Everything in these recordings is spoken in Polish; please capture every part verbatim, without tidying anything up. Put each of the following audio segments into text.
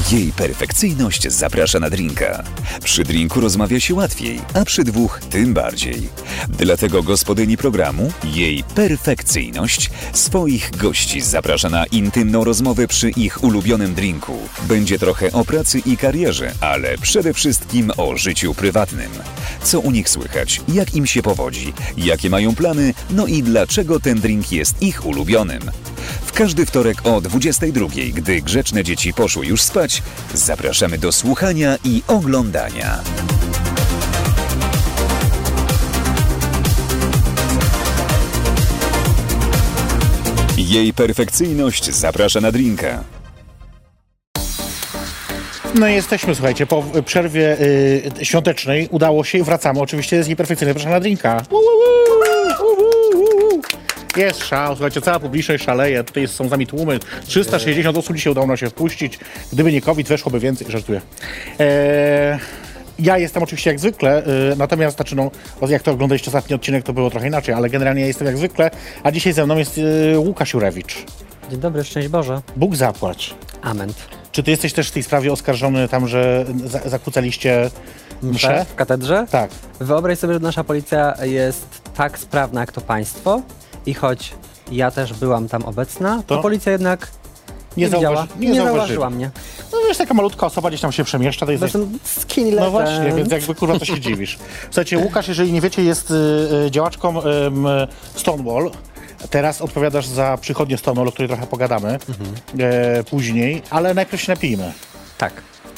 Jej perfekcyjność zaprasza na drinka. Przy drinku rozmawia się łatwiej, a przy dwóch tym bardziej. Dlatego gospodyni programu, jej perfekcyjność, swoich gości zaprasza na intymną rozmowę przy ich ulubionym drinku. Będzie trochę o pracy i karierze, ale przede wszystkim o życiu prywatnym. Co u nich słychać, jak im się powodzi, jakie mają plany, no i dlaczego ten drink jest ich ulubionym. W każdy wtorek o dwudziestej drugiej, gdy grzeczne dzieci poszły już spać, zapraszamy do słuchania i oglądania. Jej perfekcyjność zaprasza na drinka. No i jesteśmy, słuchajcie, po przerwie y, świątecznej udało się i wracamy. Oczywiście jest nieperfekcyjne, proszę na drinka. Jest szał, słuchajcie, cała publiczność szaleje, tutaj są z nami tłumy, trzysta sześćdziesiąt osób dzisiaj udało nam się wpuścić. Gdyby nie COVID, weszłoby więcej, żartuję. Eee, ja jestem oczywiście jak zwykle, y, natomiast, znaczy no, jak to oglądaliście ostatni odcinek, to było trochę inaczej, ale generalnie ja jestem jak zwykle, a dzisiaj ze mną jest y, Łukasz Jurewicz. Dzień dobry, szczęść Boże. Bóg zapłać. Amen. Czy ty jesteś też w tej sprawie oskarżony tam, że za- zakłócaliście mszę? W katedrze? Tak. Wyobraź sobie, że nasza policja jest tak sprawna jak to państwo i choć ja też byłam tam obecna, to, To? policja jednak Nie, nie, zauważy- widziała, nie, nie zauważyła. zauważyła mnie. No wiesz, taka malutka osoba gdzieś tam się przemieszcza, to jest... Bo jestem skinny No legend. właśnie, więc jakby kurwa to się dziwisz. Słuchajcie, Łukasz, jeżeli nie wiecie, jest y, y, działaczką y, Stonewall. Teraz odpowiadasz za przychodnię Stonewall, o której trochę pogadamy mhm. e, później, ale najpierw się napijmy. Tak.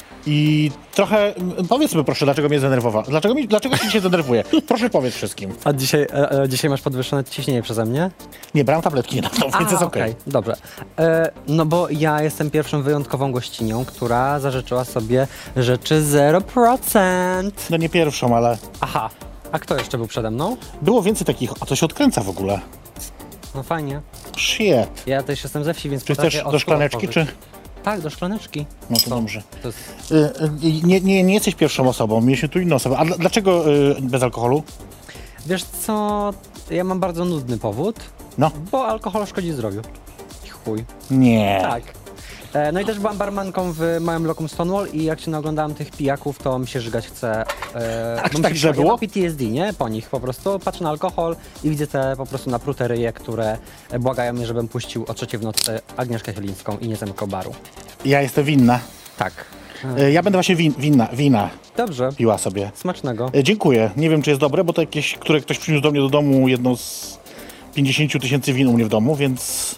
I trochę, m, powiedzmy proszę, dlaczego mnie zdenerwował. Dlaczego, mi, dlaczego się dzisiaj denerwuje? Proszę powiedz wszystkim. A dzisiaj, e, e, dzisiaj masz podwyższone ciśnienie przeze mnie? Nie, brałem tabletki niedawno, więc A, jest okej. okej, dobrze. E, no bo ja jestem pierwszą wyjątkową gościnią, która zażyczyła sobie rzeczy zero procent. No nie pierwszą, ale Aha, a kto jeszcze był przede mną? było więcej takich, a to się odkręca w ogóle. No fajnie. Shit. Ja też jestem ze wsi, więc Czy potrafię chcesz od do szkła szklaneczki, czy... otworzyć. Tak, do szklaneczki. No to Co? dobrze. To jest... Y, y, nie, nie, nie jesteś pierwszą osobą, mieliśmy tu inną osobę. A dl- dlaczego y, bez alkoholu? Wiesz co, ja mam bardzo nudny powód, No. bo alkohol szkodzi zdrowiu. I chuj. Nie. Tak. E, no i też byłam barmanką w małym lokum Stonewall i jak się naoglądałem tych pijaków, to mi się żygać chce. E, Aż bo mi tak się- źle ja było? mam P T S D, nie? Po nich po prostu. Patrzę na alkohol i widzę te po prostu naprute ryje, które błagają mnie, żebym puścił o trzeciej w nocy Agnieszkę Chylińską i nie zamykał baru. Ja jestem winna. Tak. Y, ja będę właśnie win, winna, wina Dobrze. piła sobie. Smacznego. Y, dziękuję. Nie wiem, czy jest dobre, bo to jakieś, które ktoś przyniósł do mnie do domu, jedno z pięćdziesięciu tysięcy win u mnie w domu, więc...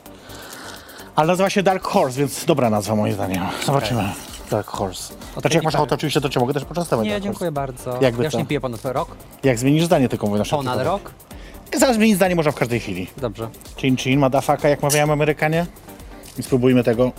Ale nazywa się Dark Horse, więc dobra nazwa moim zdaniem. Zobaczymy. Dark Horse. Znaczy jak masz ochotę oczywiście, to cię mogę też poczęstować. Nie, Dark dziękuję Horse. bardzo. Jakby ja już co? nie piję ponad rok. Jak zmienisz zdanie, tylko mówię na szybko. Ponad rok? Zaraz zmienić zdanie można w każdej chwili. Dobrze. Chin chin, madafaka, jak mawiają Amerykanie. I spróbujmy tego.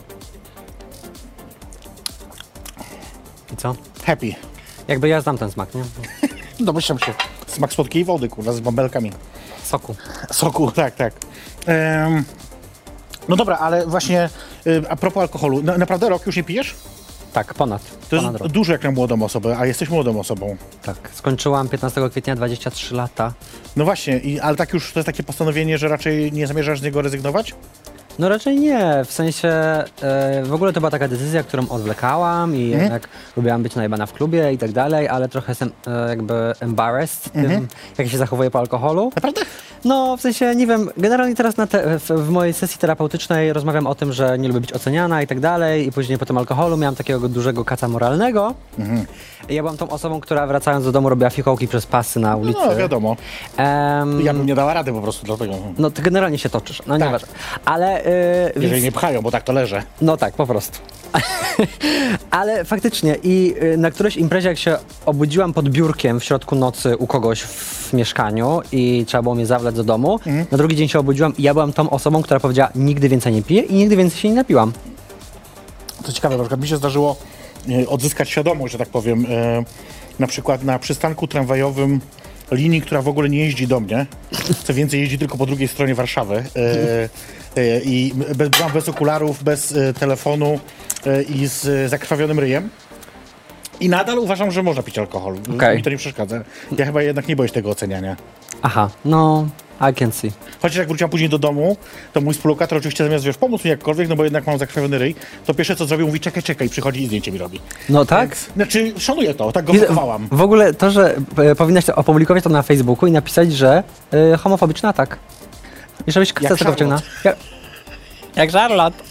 I co? Happy. Jakby ja znam ten smak, nie? Domyślam się. Smak słodkiej wody, kurwa, z bąbelkami. Soku. Soku, tak, tak. Em, no dobra, ale właśnie y, a propos alkoholu, na, naprawdę rok już nie pijesz? Tak, ponad. To ponad jest rok. dużo jak na młodą osobę, a jesteś młodą osobą. Tak. Skończyłam piętnastego kwietnia, dwadzieścia trzy lata. No właśnie, i, ale tak już to jest takie postanowienie, że raczej nie zamierzasz z niego rezygnować? No raczej nie, w sensie e, w ogóle to była taka decyzja, którą odwlekałam i Mhm. jednak lubiłam być najebana w klubie i tak dalej, ale trochę jestem e, jakby embarrassed Mhm. tym, jak się zachowuję po alkoholu. Naprawdę? No w sensie, nie wiem, generalnie teraz na te, w, w mojej sesji terapeutycznej rozmawiam o tym, że nie lubię być oceniana i tak dalej i później po tym alkoholu miałam takiego dużego kaca moralnego. Mhm. I ja byłam tą osobą, która wracając do domu robiła fikołki przez pasy na ulicy. No wiadomo. Em, Ja bym nie dała rady po prostu dlatego. No ty generalnie się toczysz, no Tak. nieważne. Ale... Yy, Jeżeli więc- nie pchają, bo tak to leżę. No tak, po prostu. Ale faktycznie i y, na którejś imprezie, jak się obudziłam pod biurkiem w środku nocy u kogoś w mieszkaniu i trzeba było mnie zawlec do domu, Mhm. na drugi dzień się obudziłam i ja byłam tą osobą, która powiedziała, nigdy więcej nie piję i nigdy więcej się nie napiłam. Co ciekawe, na przykład mi się zdarzyło e, odzyskać świadomość, że tak powiem, e, na przykład na przystanku tramwajowym linii, która w ogóle nie jeździ do mnie, co więcej jeździ tylko po drugiej stronie Warszawy e, e, i bez, byłam bez okularów, bez e, telefonu e, i z e, zakrwawionym ryjem. I nadal uważam, że można pić alkohol. Okej. Mi to nie przeszkadza. Ja chyba jednak nie boję się tego oceniania. Aha, no I can see. Chociaż jak wróciłam później do domu, to mój współlokator oczywiście zamiast, wiesz, pomóc mi jakkolwiek, no bo jednak mam zakrwawiony ryj, to pierwsze co zrobił, mówi czekaj, czekaj, przychodzi i zdjęcie mi robi. No tak? Więc, znaczy, szanuję to, tak go I wychowałam. W ogóle to, że e, powinnaś to opublikować to na Facebooku i napisać, że e, homofobiczny atak. I żebyś kasę Jak tego wciągnął. Jak, jak Charlotte.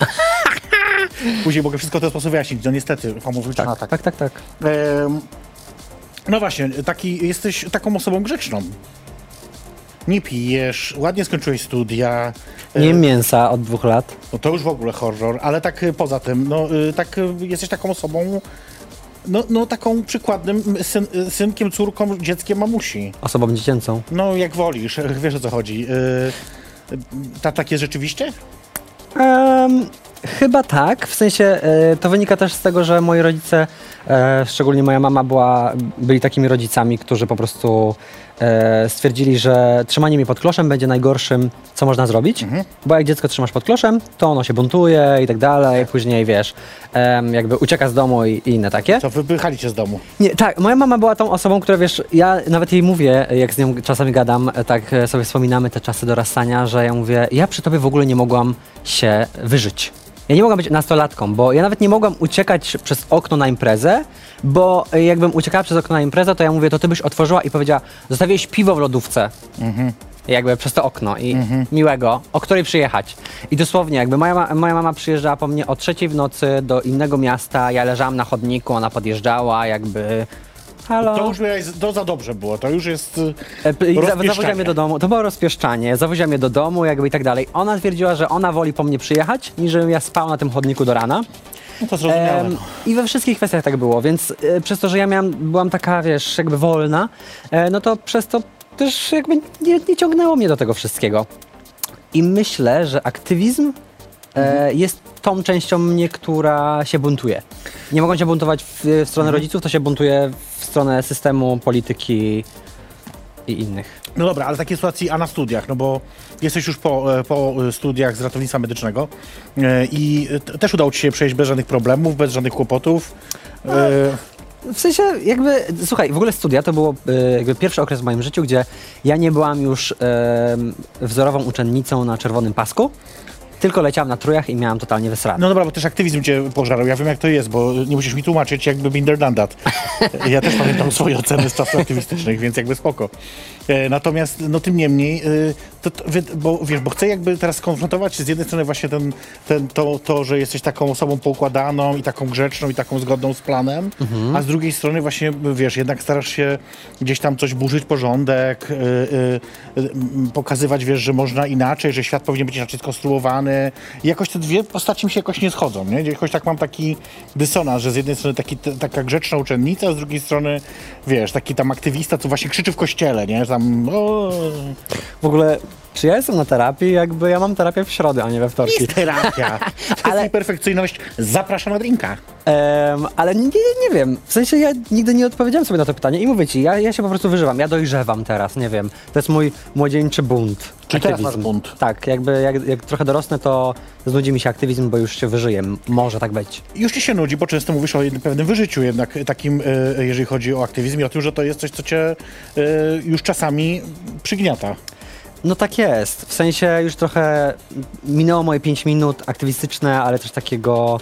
Później mogę wszystko w ten sposób wyjaśnić, no niestety, homofobiczny Tak, atak. tak, tak, tak. Em, no właśnie, taki, jesteś taką osobą grzeczną. Nie pijesz, ładnie skończyłeś studia. Nie jem e, mięsa od dwóch lat. No to już w ogóle horror, ale tak y, poza tym, no y, tak y, jesteś taką osobą, no, no taką przykładnym syn, y, synkiem, córką, dzieckiem mamusi. Osobą dziecięcą. No jak wolisz, wiesz o co chodzi. Y, y, ta, tak jest rzeczywiście? Um, chyba tak, w sensie e, to wynika też z tego, że moi rodzice, e, szczególnie moja mama była, byli takimi rodzicami, którzy po prostu e, stwierdzili, że trzymanie mnie pod kloszem będzie najgorszym, co można zrobić, Mhm. bo jak dziecko trzymasz pod kloszem, to ono się buntuje i tak dalej, później wiesz, em, jakby ucieka z domu i, i inne takie. To wypychali cię z domu. Nie, tak, moja mama była tą osobą, która wiesz, ja nawet jej mówię, jak z nią czasami gadam, tak e, sobie wspominamy te czasy dorastania, że ja mówię, ja przy tobie w ogóle nie mogłam się wyżyć. Ja nie mogłam być nastolatką, bo ja nawet nie mogłam uciekać przez okno na imprezę, bo e, jakbym uciekała przez okno na imprezę, to ja mówię, to ty byś otworzyła i powiedziała, zostawiłeś piwo w lodówce. Mhm. Jakby przez to okno i miłego, o której przyjechać. I dosłownie, jakby moja, ma- moja mama przyjeżdżała po mnie o trzeciej w nocy do innego miasta, ja leżałam na chodniku, ona podjeżdżała, jakby... Halo. To już miałeś, to za dobrze było, to już jest y, E, p- i za- rozpieszczanie. Zawoziła mnie do domu, to było rozpieszczanie, zawoziła mnie do domu jakby i tak dalej. Ona twierdziła, że ona woli po mnie przyjechać, niż żebym ja spał na tym chodniku do rana. No to zrozumiałe. Em, no. I we wszystkich kwestiach tak było, więc e, przez to, że ja miałam, byłam taka, wiesz, jakby wolna, e, no to przez to też jakby nie, nie ciągnęło mnie do tego wszystkiego. I myślę, że aktywizm e, jest tą częścią mnie, która się buntuje. Nie mogą się buntować w, w stronę rodziców, to się buntuje w stronę systemu, polityki i innych. No dobra, ale takiej sytuacji, a na studiach, no bo jesteś już po, e, po e, studiach z ratownictwa medycznego e, i t- też udało ci się przejść bez żadnych problemów, bez żadnych kłopotów. E, W sensie jakby, słuchaj, w ogóle studia to było e, jakby pierwszy okres w moim życiu, gdzie ja nie byłam już e, wzorową uczennicą na czerwonym pasku, tylko leciałam na trójach i miałam totalnie wysrane. No dobra, bo też aktywizm cię pożarł. Ja wiem, jak to jest, bo nie musisz mi tłumaczyć, jakby binder done that. Ja też pamiętam swoje oceny z czasów aktywistycznych, więc jakby spoko. E, natomiast, no tym niemniej, e, to, to, wy- bo wiesz, bo chcę jakby teraz skonfrontować z jednej strony właśnie ten, ten, to, to, że jesteś taką osobą poukładaną i taką grzeczną i taką zgodną z planem, a z drugiej strony właśnie, wiesz, jednak starasz się gdzieś tam coś burzyć porządek, e, e, e, m, pokazywać, wiesz, że można inaczej, że świat powinien być inaczej skonstruowany. I jakoś te dwie postaci mi się jakoś nie schodzą, nie? Jakoś tak mam taki dysonans, że z jednej strony taki, t- taka grzeczna uczennica, a z drugiej strony, wiesz, taki tam aktywista, co właśnie krzyczy w kościele, nie? Tam, o, W ogóle, czy ja jestem na terapii? Jakby ja mam terapię w środę, a nie we wtorki. jest terapia. Ale Ale- perfekcyjność zapraszam na drinka. Em, ale nie, nie, nie wiem, w sensie ja nigdy nie odpowiedziałem sobie na to pytanie i mówię ci, ja, ja się po prostu wyżywam, ja dojrzewam teraz, nie wiem, to jest mój młodzieńczy bunt. Czyli teraz aktywizm. masz bunt. Tak, jakby jak, jak trochę dorosnę, to znudzi mi się aktywizm, bo już się wyżyję, może tak być. Już ci się nudzi, bo często mówisz o jednym pewnym wyżyciu jednak takim, e, jeżeli chodzi o aktywizm i o tym, że to jest coś, co cię e, już czasami przygniata. No tak jest, w sensie już trochę minęło moje pięć minut aktywistyczne, ale też takiego,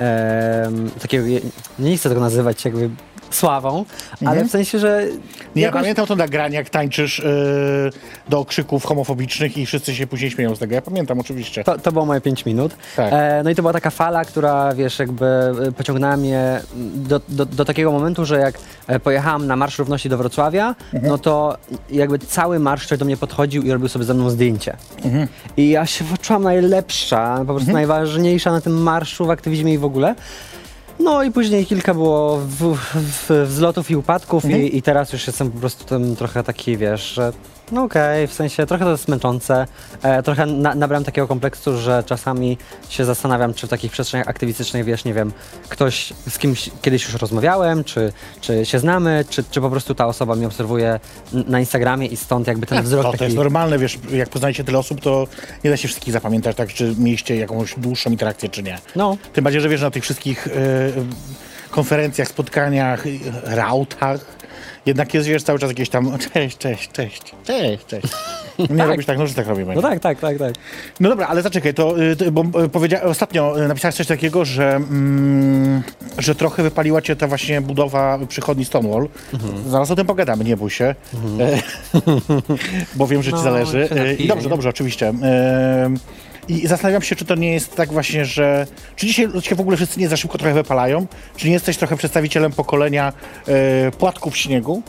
em, takiego, nie chcę tego nazywać jakby sławą, ale w sensie, że Nie, ja jakoś- pamiętam to nagranie, jak tańczysz e, do krzyków homofobicznych i wszyscy się później śmieją z tego. Ja pamiętam oczywiście. To, to było moje pięć minut. Tak. E, no i to była taka fala, która, wiesz, jakby e, pociągnęła mnie do, do, do takiego momentu, że jak e, pojechałam na Marsz Równości do Wrocławia, no to jakby cały marsz ktoś do mnie podchodził i robił sobie ze mną zdjęcie. I ja się poczułam najlepsza, po prostu najważniejsza na tym marszu w aktywizmie i w ogóle. No i później kilka było w, w, wzlotów i upadków i, i teraz już jestem po prostu tym trochę taki, wiesz, że no okej, w sensie trochę to jest męczące, e, trochę na, nabrałem takiego kompleksu, że czasami się zastanawiam, czy w takich przestrzeniach aktywistycznych, wiesz, nie wiem, ktoś z kimś kiedyś już rozmawiałem, czy, czy się znamy, czy, czy po prostu ta osoba mnie obserwuje n- na Instagramie i stąd jakby ten wzrok To, taki... to jest normalne, wiesz, jak poznajecie tyle osób, to nie da się wszystkich zapamiętać, tak, czy mieliście jakąś dłuższą interakcję, czy nie. No. Tym bardziej, że wiesz, na tych wszystkich... Yy, konferencjach, spotkaniach, rautach, jednak jest, wiesz, cały czas jakieś tam cześć, cześć, cześć, cześć, cześć. Nie Tak. robisz tak, no że tak robimy. No tak, tak, tak, tak. No dobra, ale zaczekaj, to, to bo powiedzia- ostatnio napisałeś coś takiego, że, mm, że trochę wypaliła cię ta właśnie budowa przychodni Stonewall. Mhm. Zaraz o tym pogadamy, nie bój się, mhm. bo wiem, że ci no, zależy. I dobrze, dobrze, oczywiście. I zastanawiam się, czy to nie jest tak właśnie, że... Czy dzisiaj ludzie w ogóle wszyscy nie za szybko trochę wypalają? Czy nie jesteś trochę przedstawicielem pokolenia e, płatków śniegu?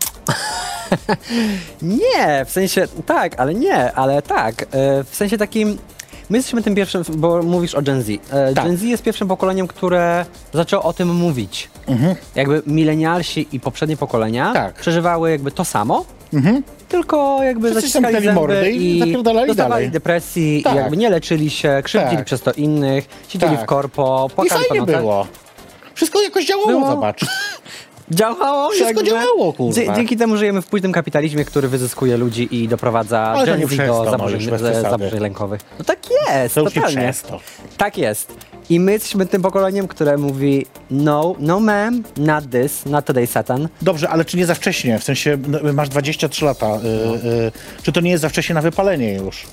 Nie, w sensie tak, ale nie, ale tak. E, w sensie takim, my jesteśmy tym pierwszym, bo mówisz o Gen Z. E, Tak. Gen Z jest pierwszym pokoleniem, które zaczęło o tym mówić. Mhm. Jakby milenialsi i poprzednie pokolenia Tak. przeżywały jakby to samo, Mhm. tylko jakby Wszyscy zaciskali zamknęli zęby mordy i zapierdalali dostawali dalej. depresji Tak. i jakby nie leczyli się, krzywdzili Tak. przez to innych, siedzieli Tak. w korpo, I płakali po fajnie nocach. było. Wszystko jakoś działało, Było. zobacz. Działało, Wszystko jakby. działało, kurwa. Dzie- Dzięki temu żyjemy w późnym kapitalizmie, który wyzyskuje ludzi i doprowadza Ale to nie Gen Z przez to, do no, zaburzeń, już bez ze- przesady. zaburzeń lękowych. No tak jest, To już nie totalnie. przez to. Tak jest. I my jesteśmy tym pokoleniem, które mówi no, no ma'am, not this, not today Satan. Dobrze, ale czy nie za wcześnie? W sensie no, masz dwadzieścia trzy lata. Y, y, czy to nie jest za wcześnie na wypalenie już?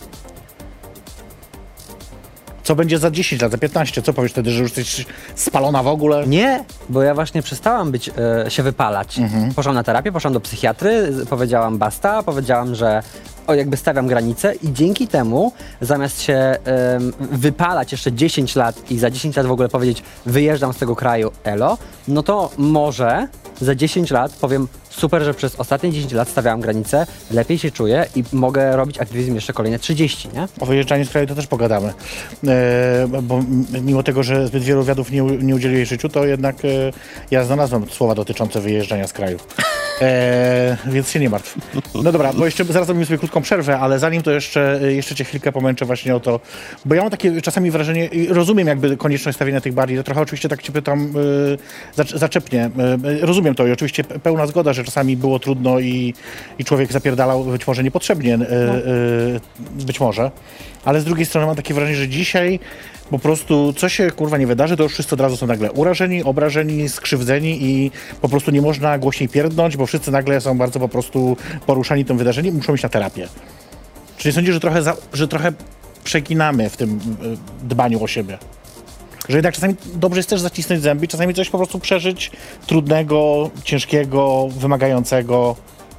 Co będzie za dziesięć lat, za piętnaście? Co powiesz wtedy, że już jesteś spalona w ogóle? Nie, bo ja właśnie przestałam być, e, się wypalać. Mhm. Poszłam na terapię, poszłam do psychiatry, z- powiedziałam basta, powiedziałam, że o, jakby stawiam granice i dzięki temu zamiast się em, wypalać jeszcze dziesięć lat i za dziesięć lat w ogóle powiedzieć wyjeżdżam z tego kraju, elo, no to może za dziesięć lat powiem super, że przez ostatnie dziesięć lat stawiałam granice, lepiej się czuję i mogę robić aktywizm jeszcze kolejne trzydzieści, nie? O wyjeżdżaniu z kraju to też pogadamy. E, bo m- mimo tego, że zbyt wielu wywiadów nie, u- nie udzieliłeś życiu, to jednak e, ja znalazłem słowa dotyczące wyjeżdżania z kraju. E, więc się nie martw. No dobra, bo jeszcze zaraz zrobimy sobie krótką przerwę, ale zanim to jeszcze, jeszcze cię chwilkę pomęczę właśnie o to, bo ja mam takie czasami wrażenie, i rozumiem jakby konieczność stawiania tych barier, trochę oczywiście tak cię pytam e, zacz- zaczepnie. E, rozumiem to i oczywiście pe- pełna zgoda, że czasami było trudno i, i człowiek zapierdalał być może niepotrzebnie, e, e, być może, ale z drugiej strony mam takie wrażenie, że dzisiaj po prostu co się kurwa nie wydarzy, to już wszyscy od razu są nagle urażeni, obrażeni, skrzywdzeni i po prostu nie można głośniej pierdnąć, bo wszyscy nagle są bardzo po prostu poruszani tym wydarzeniem i muszą iść na terapię. Czyli sądzisz, że trochę, za, że trochę przeginamy w tym y, dbaniu o siebie? Że jednak czasami dobrze jest też zacisnąć zęby i czasami coś po prostu przeżyć trudnego, ciężkiego, wymagającego.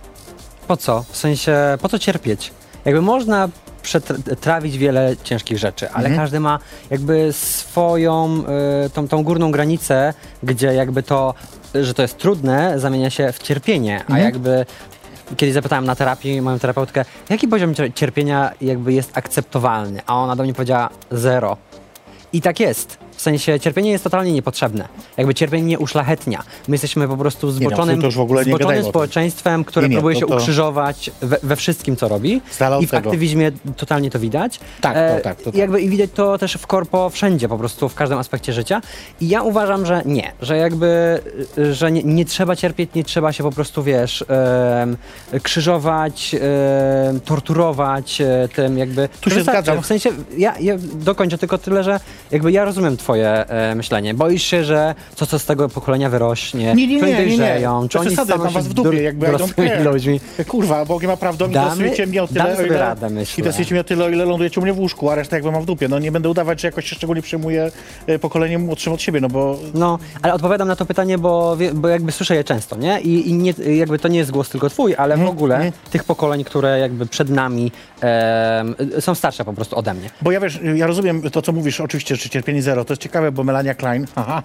Po co? W sensie, po co cierpieć? Jakby można przetrawić wiele ciężkich rzeczy, ale Mhm. każdy ma jakby swoją, y, tą, tą górną granicę, gdzie jakby to, że to jest trudne, zamienia się w cierpienie, a Mhm. jakby kiedyś zapytałem na terapii moją terapeutkę, jaki poziom cier- cierpienia jakby jest akceptowalny, a ona do mnie powiedziała zero. I tak jest. W sensie cierpienie jest totalnie niepotrzebne. Jakby cierpienie nie uszlachetnia. My jesteśmy po prostu no, zboczonym, to już w ogóle nie zboczonym gadajmy o tym. społeczeństwem, które Nie, nie, próbuje to- się to- ukrzyżować we, we wszystkim, co robi. Z dala od I w tego. aktywizmie totalnie to widać. Tak, to tak, to tak. Jakby, I widać to też w korpo, wszędzie po prostu, w każdym aspekcie życia. I ja uważam, że nie. Że jakby, y, że nie, nie trzeba cierpieć, nie trzeba się po prostu, wiesz, em, krzyżować, em, torturować e, tym jakby. Tu się Wystarczy. zgadzam. W sensie, ja, ja dokończę tylko tyle, że jakby ja rozumiem twoje e, myślenie. Boisz się, że co, co z tego pokolenia wyrośnie, Nie, nie, czy oni nie, nie, nie. dojrzeją, czy Bez oni przesady, staną mam się was w dupie, dor- jakby I don't dorosłymi care. ludźmi. Kurwa, Bogiem ma prawdą i Damy- interesujecie mnie o tyle, damy o sobie ile, radę, myślę. interesujecie mnie o tyle, o ile lądujecie u mnie w łóżku, a resztę jakby mam w dupie. No nie będę udawać, że jakoś się szczególnie przejmuję e, pokoleniem młodszym od siebie, no bo No, ale odpowiadam na to pytanie, bo, wie- bo jakby słyszę je często, nie? I, i nie, jakby to nie jest głos tylko twój, ale w ogóle mhm. tych pokoleń, które jakby przed nami em, są starsze po prostu ode mnie. Bo ja wiesz, ja rozumiem to, co mówisz, oczywiście, że cierpienie zero. To jest ciekawe, bo Melania Klein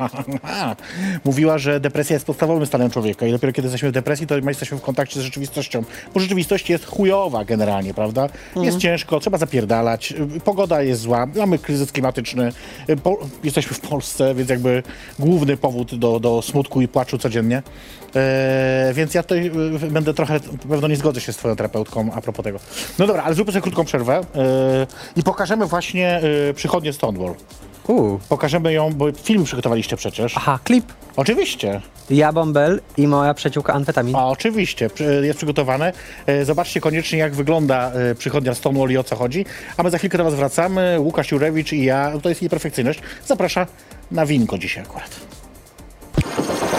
mówiła, że depresja jest podstawowym stanem człowieka i dopiero kiedy jesteśmy w depresji, to jesteśmy w kontakcie z rzeczywistością. Bo rzeczywistość jest chujowa generalnie, prawda? Jest ciężko, trzeba zapierdalać, y, pogoda jest zła, mamy kryzys klimatyczny, y, po, jesteśmy w Polsce, więc jakby główny powód do, do smutku i płaczu codziennie. E, więc ja tutaj y, będę trochę, pewno nie zgodzę się z twoją terapeutką a propos tego. No dobra, ale zróbmy sobie krótką przerwę y, i pokażemy właśnie y, przychodnię Stonewall. Uuu. Pokażemy ją, bo film przygotowaliście przecież. Aha, klip. Oczywiście. Ja, Bąbel i moja przyjaciółka Amfetamin. A oczywiście, przy- jest przygotowane. E, Zobaczcie koniecznie, jak wygląda e, przychodnia Stonewall i o co chodzi. A my za chwilkę do was wracamy. Łukasz Jurewicz i ja, to jest Nieperfekcyjność, zaprasza na winko dzisiaj akurat.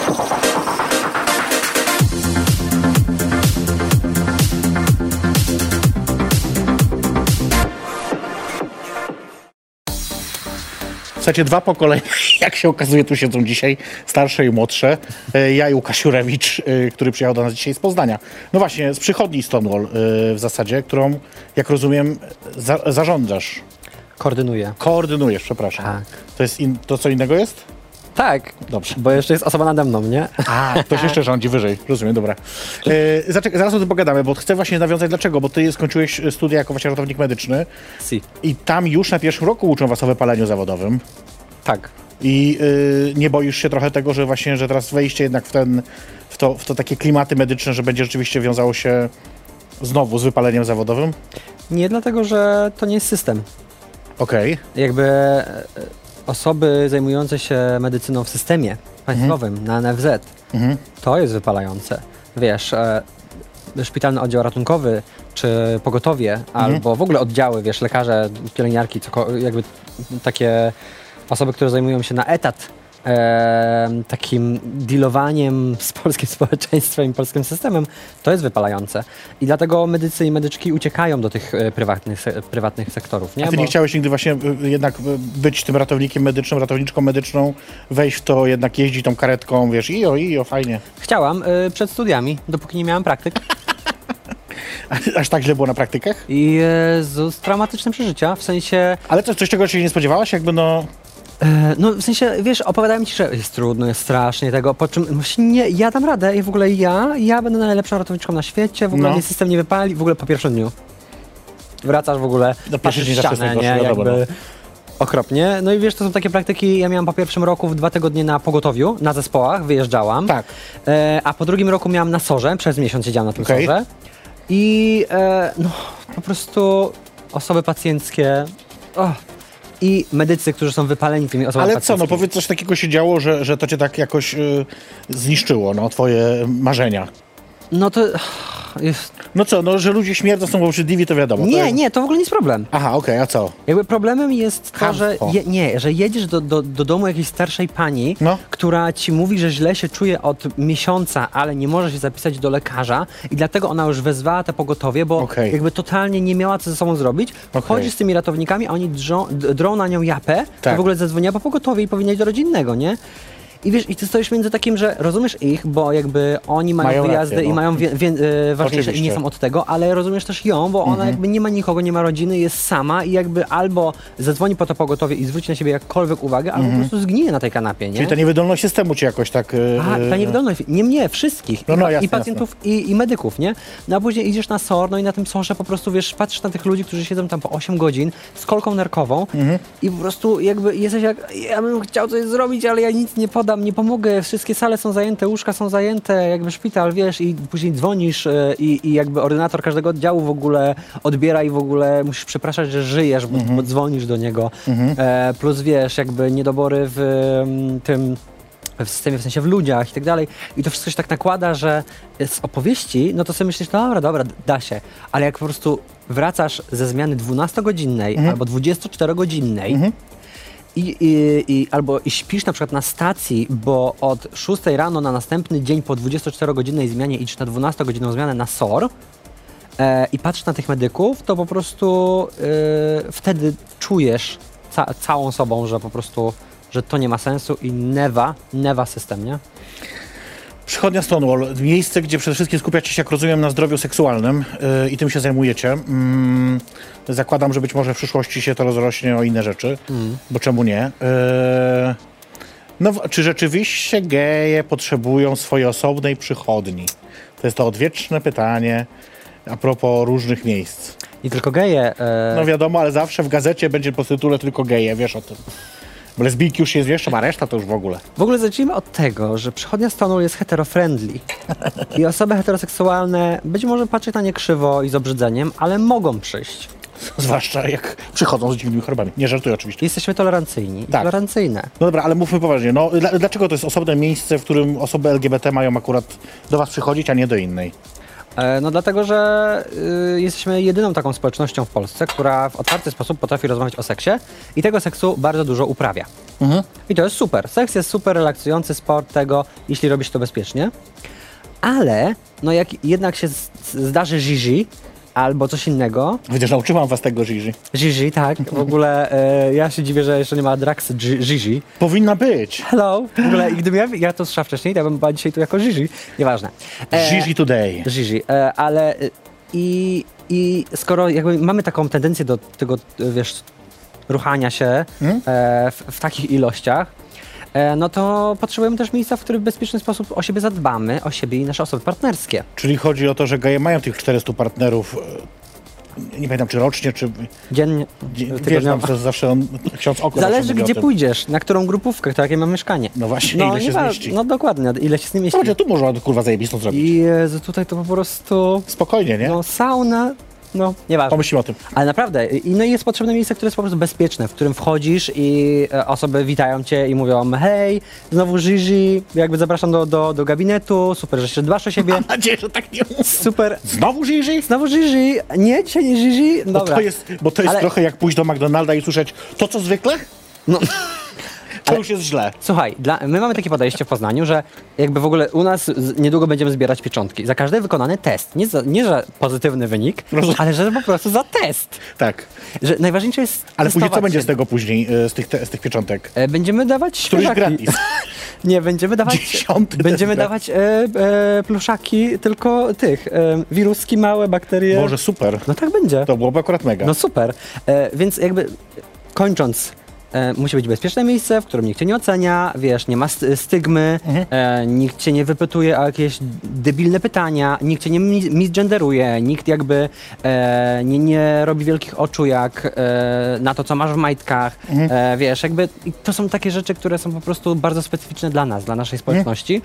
Słuchajcie, dwa pokolenia, jak się okazuje, tu siedzą dzisiaj, starsze i młodsze. Ja i Łukasz Jurewicz, który przyjechał do nas dzisiaj z Poznania. No właśnie, z przychodni Stonewall w zasadzie, którą, jak rozumiem, za zarządzasz. Koordynuję. Koordynujesz, przepraszam. Tak. To jest in, to co innego jest? Tak. Dobrze. Bo jeszcze jest osoba nade mną, nie? A, ktoś jeszcze rządzi wyżej. Rozumiem, dobra. E, zaczek, zaraz o tym pogadamy, bo chcę właśnie nawiązać dlaczego, bo ty skończyłeś studia jako właśnie ratownik medyczny. Si. I tam już na pierwszym roku uczą was o wypaleniu zawodowym. Tak. I y, nie boisz się trochę tego, że właśnie, że teraz wejście jednak w, ten, w, to, w to takie klimaty medyczne, że będzie rzeczywiście wiązało się znowu z wypaleniem zawodowym? Nie, dlatego, że to nie jest system. Okej. Okay. Jakby e, osoby zajmujące się medycyną w systemie państwowym, mhm. na N F Z, mhm. to jest wypalające. Wiesz, e, szpitalny oddział ratunkowy, czy pogotowie, mhm. albo w ogóle oddziały, wiesz, lekarze, pielęgniarki, co, jakby takie osoby, które zajmują się na etat e, takim dealowaniem z polskim społeczeństwem i polskim systemem, to jest wypalające. I dlatego medycy i medyczki uciekają do tych e, prywatnych, se, prywatnych sektorów. Nie? A ty Bo... nie chciałeś nigdy właśnie y, jednak być tym ratownikiem medycznym, ratowniczką medyczną, wejść w to, jednak jeździć tą karetką, wiesz, i o, i o, fajnie. Chciałam y, przed studiami, dopóki nie miałam praktyk. Aż tak źle było na praktykach? I Jezus, traumatyczne przeżycia, w sensie... Ale to coś, czego się nie spodziewałaś? Jakby no... E, no w sensie, wiesz, opowiadałem ci, że jest trudno, jest strasznie tego, po czym właśnie nie, ja dam radę i w ogóle ja, ja będę najlepszą ratowniczką na świecie, w ogóle no. mnie system nie wypali, w ogóle po pierwszym dniu. Wracasz w ogóle, do patrzysz w ścianę, nie, jakby... No. Okropnie. No i wiesz, to są takie praktyki, ja miałam po pierwszym roku w dwa tygodnie na pogotowiu, na zespołach, wyjeżdżałam. Tak. E, a po drugim roku miałam na sorze, przez miesiąc siedziałam na tym okay. sorze. I e, no, po prostu osoby pacjenckie oh, i medycy, którzy są wypaleni tymi osobami Ale co, no powiedz, coś takiego się działo, że, że to cię tak jakoś y, zniszczyło, no, twoje marzenia. No to... Jest... No co, no, że ludzie śmierdzą, są obrzydliwi, to wiadomo. Nie, to jest... nie, to w ogóle nie jest problem. Aha, okej, okay, a co? Jakby problemem jest to, Chamstwo. że je, nie, że jedziesz do, do, do domu jakiejś starszej pani, no. która ci mówi, że źle się czuje od miesiąca, ale nie może się zapisać do lekarza i dlatego ona już wezwała te pogotowie, bo okay. jakby totalnie nie miała co ze sobą zrobić. Okay. Chodzi z tymi ratownikami, a oni drżą, drą na nią japę, tak. to w ogóle zadzwoniła po pogotowie i powinna iść do rodzinnego, nie? I wiesz, i ty stoisz między takim, że rozumiesz ich, bo jakby oni mają, mają wyjazdy rację, no. i mają wie, wie, e, ważniejsze i nie są od tego, ale rozumiesz też ją, bo ona mhm. jakby nie ma nikogo, nie ma rodziny, jest sama i jakby albo zadzwoni po to pogotowie i zwróci na siebie jakkolwiek uwagę, albo mhm. po prostu zgnije na tej kanapie, nie? Czyli ta niewydolność systemu cię jakoś tak... Yy... A, ta niewydolność, nie mnie, wszystkich. No, no, I, jasne, i pacjentów, i, i medyków, nie? No a później idziesz na SOR, no i na tym sorze po prostu, wiesz, patrzysz na tych ludzi, którzy siedzą tam po osiem godzin z kolką nerkową mhm. i po prostu jakby jesteś jak, ja bym chciał coś zrobić, ale ja nic nie podam, nie pomogę, wszystkie sale są zajęte, łóżka są zajęte, jakby szpital, wiesz, i później dzwonisz i, i jakby ordynator każdego oddziału w ogóle odbiera i w ogóle musisz przepraszać, że żyjesz, bo, mm-hmm. bo dzwonisz do niego. Mm-hmm. E, plus wiesz, jakby niedobory w m, tym w systemie, w sensie w ludziach i tak dalej. I to wszystko się tak nakłada, że z opowieści, no to sobie myślisz, no dobra, dobra, da się. Ale jak po prostu wracasz ze zmiany dwunastogodzinnej mm-hmm. albo dwudziestoczterogodzinnej, mm-hmm. I, i, i, albo i śpisz na przykład na stacji, bo od szóstej rano na następny dzień po dwudziestoczterogodzinnej zmianie idziesz na dwunastogodzinną zmianę na SOR e, i patrzysz na tych medyków, to po prostu e, wtedy czujesz ca całą sobą, że po prostu, że to nie ma sensu i newa, newa system, nie? Przychodnia Stonewall, miejsce, gdzie przede wszystkim skupiacie się, jak rozumiem, na zdrowiu seksualnym yy, i tym się zajmujecie. Yy, zakładam, że być może w przyszłości się to rozrośnie o inne rzeczy, mm. bo czemu nie? Yy, no, czy rzeczywiście geje potrzebują swojej osobnej przychodni? To jest to odwieczne pytanie a propos różnych miejsc. Nie tylko geje. Yy... No wiadomo, ale zawsze w gazecie będzie po tytule tylko geje, wiesz o tym. Bo lesbijki już jest, wiesz, a reszta to już w ogóle. W ogóle zacznijmy od tego, że przychodnia Stonewall jest hetero-friendly. I osoby heteroseksualne być może patrzeć na nie krzywo i z obrzydzeniem, ale mogą przyjść. Zwłaszcza jak przychodzą z dziwnymi chorobami. Nie żartuję oczywiście. Jesteśmy tolerancyjni. Tak. Tolerancyjne. No dobra, ale mówmy poważnie. No, dlaczego to jest osobne miejsce, w którym osoby L G B T mają akurat do was przychodzić, a nie do innej? E, no dlatego, że y, jesteśmy jedyną taką społecznością w Polsce, która w otwarty sposób potrafi rozmawiać o seksie i tego seksu bardzo dużo uprawia. Mhm. I to jest super. Seks jest super relaksujący sport tego, jeśli robisz to bezpiecznie. Ale, no jak jednak się z, zdarzy Gigi albo coś innego. Widzisz, nauczyłam was tego Gigi. Gigi, tak. W ogóle e, ja się dziwię, że jeszcze nie ma Drax G- Gigi. Powinna być. Hello. W ogóle, i gdybym ja, ja to słyszał wcześniej, to ja bym była dzisiaj tu jako Gigi. Nieważne. E, Gigi today. Gigi, e, ale e, i, i skoro jakby mamy taką tendencję do tego, wiesz, ruchania się Hmm? e, w, w takich ilościach, e, no to potrzebujemy też miejsca, w którym w bezpieczny sposób o siebie zadbamy, o siebie i nasze osoby partnerskie. Czyli chodzi o to, że geje mają tych czterystu partnerów, e, nie pamiętam czy rocznie, czy... Dziennie. Dzie- Wiesz, tygodniowo. tam to zawsze on, ksiądz Oko zawsze Zależy, mówi o gdzie tym. pójdziesz, na którą grupówkę, kto jakie ma mieszkanie. No właśnie, ile się nie ma- zmieści. No dokładnie, ile się z nim mieści. Słuchajcie, tu można kurwa zajebistą zrobić. I Jezu, tutaj to po prostu... Spokojnie, nie? No sauna, no nieważne. Pomyślimy o tym. Ale naprawdę, i- no i jest potrzebne miejsce, które jest po prostu bezpieczne, w którym wchodzisz i e, osoby witają cię i mówią hej, znowu Gigi, jakby zapraszam do, do, do gabinetu, super, że się dbasz o siebie, Mam nadzieję, że tak nie mówię. super. Znowu Gigi? Znowu Gigi, nie, dzisiaj nie Gigi, Bo dobra. to jest, bo to jest Ale- trochę jak pójść do McDonalda i słyszeć to, co zwykle? No. To już jest źle. Słuchaj, dla, my mamy takie podejście w Poznaniu, że jakby w ogóle u nas z, niedługo będziemy zbierać pieczątki. Za każdy wykonany test. Nie, za, nie że pozytywny wynik, Rozumiem. ale że po prostu za test. Tak. Że najważniejsze jest Ale później co testować będzie się. z tego później, e, z tych, te, z tych pieczątek? E, Będziemy dawać Któryś świeżaki. gratis. Nie, będziemy dawać, Dziesiąty będziemy test dawać e, e, pluszaki, tylko tych, e, wiruski, małe bakterie. Może super. No tak będzie. To byłoby akurat mega. No super. E, więc jakby kończąc, e, musi być bezpieczne miejsce, w którym nikt cię nie ocenia, wiesz, nie ma st- stygmy, Mhm. e, nikt cię nie wypytuje o jakieś debilne pytania, nikt cię nie mi- misgenderuje, nikt jakby e, nie, nie robi wielkich oczu jak e, na to, co masz w majtkach, Mhm. e, wiesz, jakby i to są takie rzeczy, które są po prostu bardzo specyficzne dla nas, dla naszej społeczności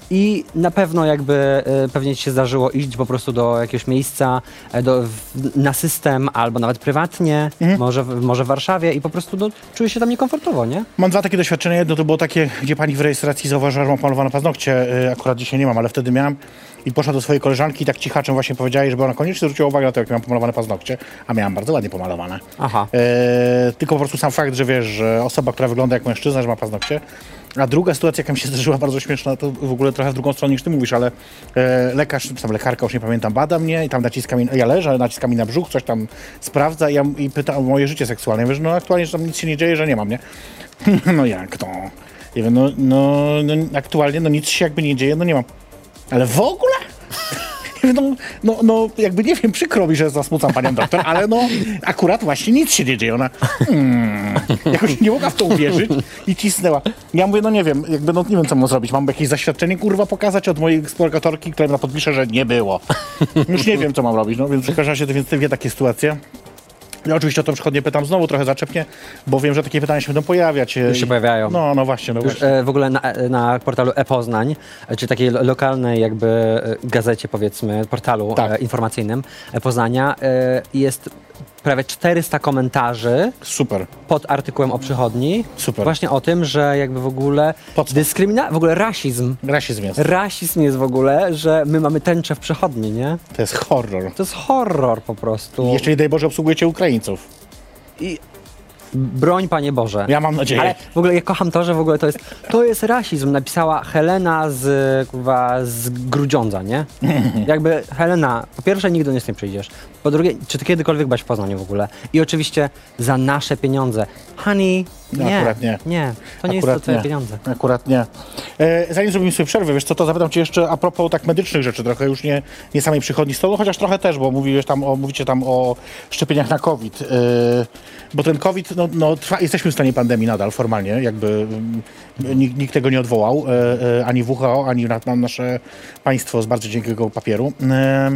i na pewno jakby e, pewnie ci się zdarzyło iść po prostu do jakiegoś miejsca, e, do, w, na system albo nawet prywatnie, Mhm. może, w, może w Warszawie i po prostu no, czujesz się tam niekomfortowo, nie? Mam dwa takie doświadczenia. Jedno to było takie, gdzie pani w rejestracji zauważyła, że mam pomalowane paznokcie. Y, Akurat dzisiaj nie mam, ale wtedy miałam. I poszła do swojej koleżanki i tak cichaczem właśnie powiedziała jej, żeby ona koniecznie zwróciła uwagę na to, jak mam pomalowane paznokcie. A miałam bardzo ładnie pomalowane. Aha. E, tylko po prostu sam fakt, że wiesz, że osoba, która wygląda jak mężczyzna, że ma paznokcie. A druga sytuacja, jaka mi się zdarzyła, bardzo śmieszna, to w ogóle trochę w drugą stronę niż ty mówisz, ale e, lekarz, czy tam lekarka, już nie pamiętam, bada mnie i tam naciska mi, ja leżę, naciska mi na brzuch, coś tam sprawdza i, ja, i pyta o moje życie seksualne. Ja mówię, że no aktualnie, że tam nic się nie dzieje, że nie mam, nie? No jak to? Ja mówię, no, no, no aktualnie no nic się jakby nie dzieje, no nie mam. Ale w ogóle? No, no, no, jakby nie wiem, przykro mi, że zasmucam panią doktor, ale no akurat właśnie nic się nie dzieje. Ona hmm, jakoś nie mogła w to uwierzyć i cisnęła. Ja mówię, no nie wiem, jakby no nie wiem, co mam zrobić. Mam jakieś zaświadczenie, kurwa, pokazać od mojej eksploratorki, która mi na podpisze, że nie było. Już nie wiem, co mam robić, no więc w każdym razie więc dwie takie sytuacje. Ja oczywiście o to przychodnie pytam znowu trochę zaczepnie, bo wiem, że takie pytania się będą pojawiać. Już się pojawiają. No, no właśnie, no Już właśnie. e, w ogóle na, na portalu e-Poznań, e, czy takiej lo- lokalnej jakby e, gazecie powiedzmy, portalu Tak. e, informacyjnym e-Poznania e, jest prawie czterysta komentarzy Super. pod artykułem o przychodni. Super. Właśnie o tym, że jakby w ogóle Podstaw. dyskryminacja, w ogóle rasizm. Rasizm jest. Rasizm jest w ogóle, że my mamy tęczę w przychodni, nie? To jest horror. To jest horror po prostu. I jeszcze nie daj Boże obsługujecie Ukraińców. I broń, Panie Boże. Ja mam nadzieję. Ale w ogóle ja kocham to, że w ogóle to jest, to jest rasizm, napisała Helena z, kurwa, z Grudziądza, nie? Jakby Helena, po pierwsze nigdy do nas nie przyjdziesz, po drugie, czy ty kiedykolwiek byłaś w Poznaniu w ogóle? I oczywiście za nasze pieniądze. Honey, No, nie, akurat nie. nie, to nie Akurat jest to twoje nie. pieniądze. Akurat nie. E, zanim zrobimy sobie przerwę, wiesz co, to zapytam cię jeszcze a propos tak medycznych rzeczy, trochę już nie, nie samej przychodni stolu, chociaż trochę też, bo mówiłeś tam o, mówicie tam o szczepieniach na COVID. E, bo ten COVID, no, no trwa, jesteśmy w stanie pandemii nadal, formalnie, jakby mm, nikt, nikt tego nie odwołał, e, e, ani W H O, ani na, na nasze państwo z bardzo cienkiego papieru. E,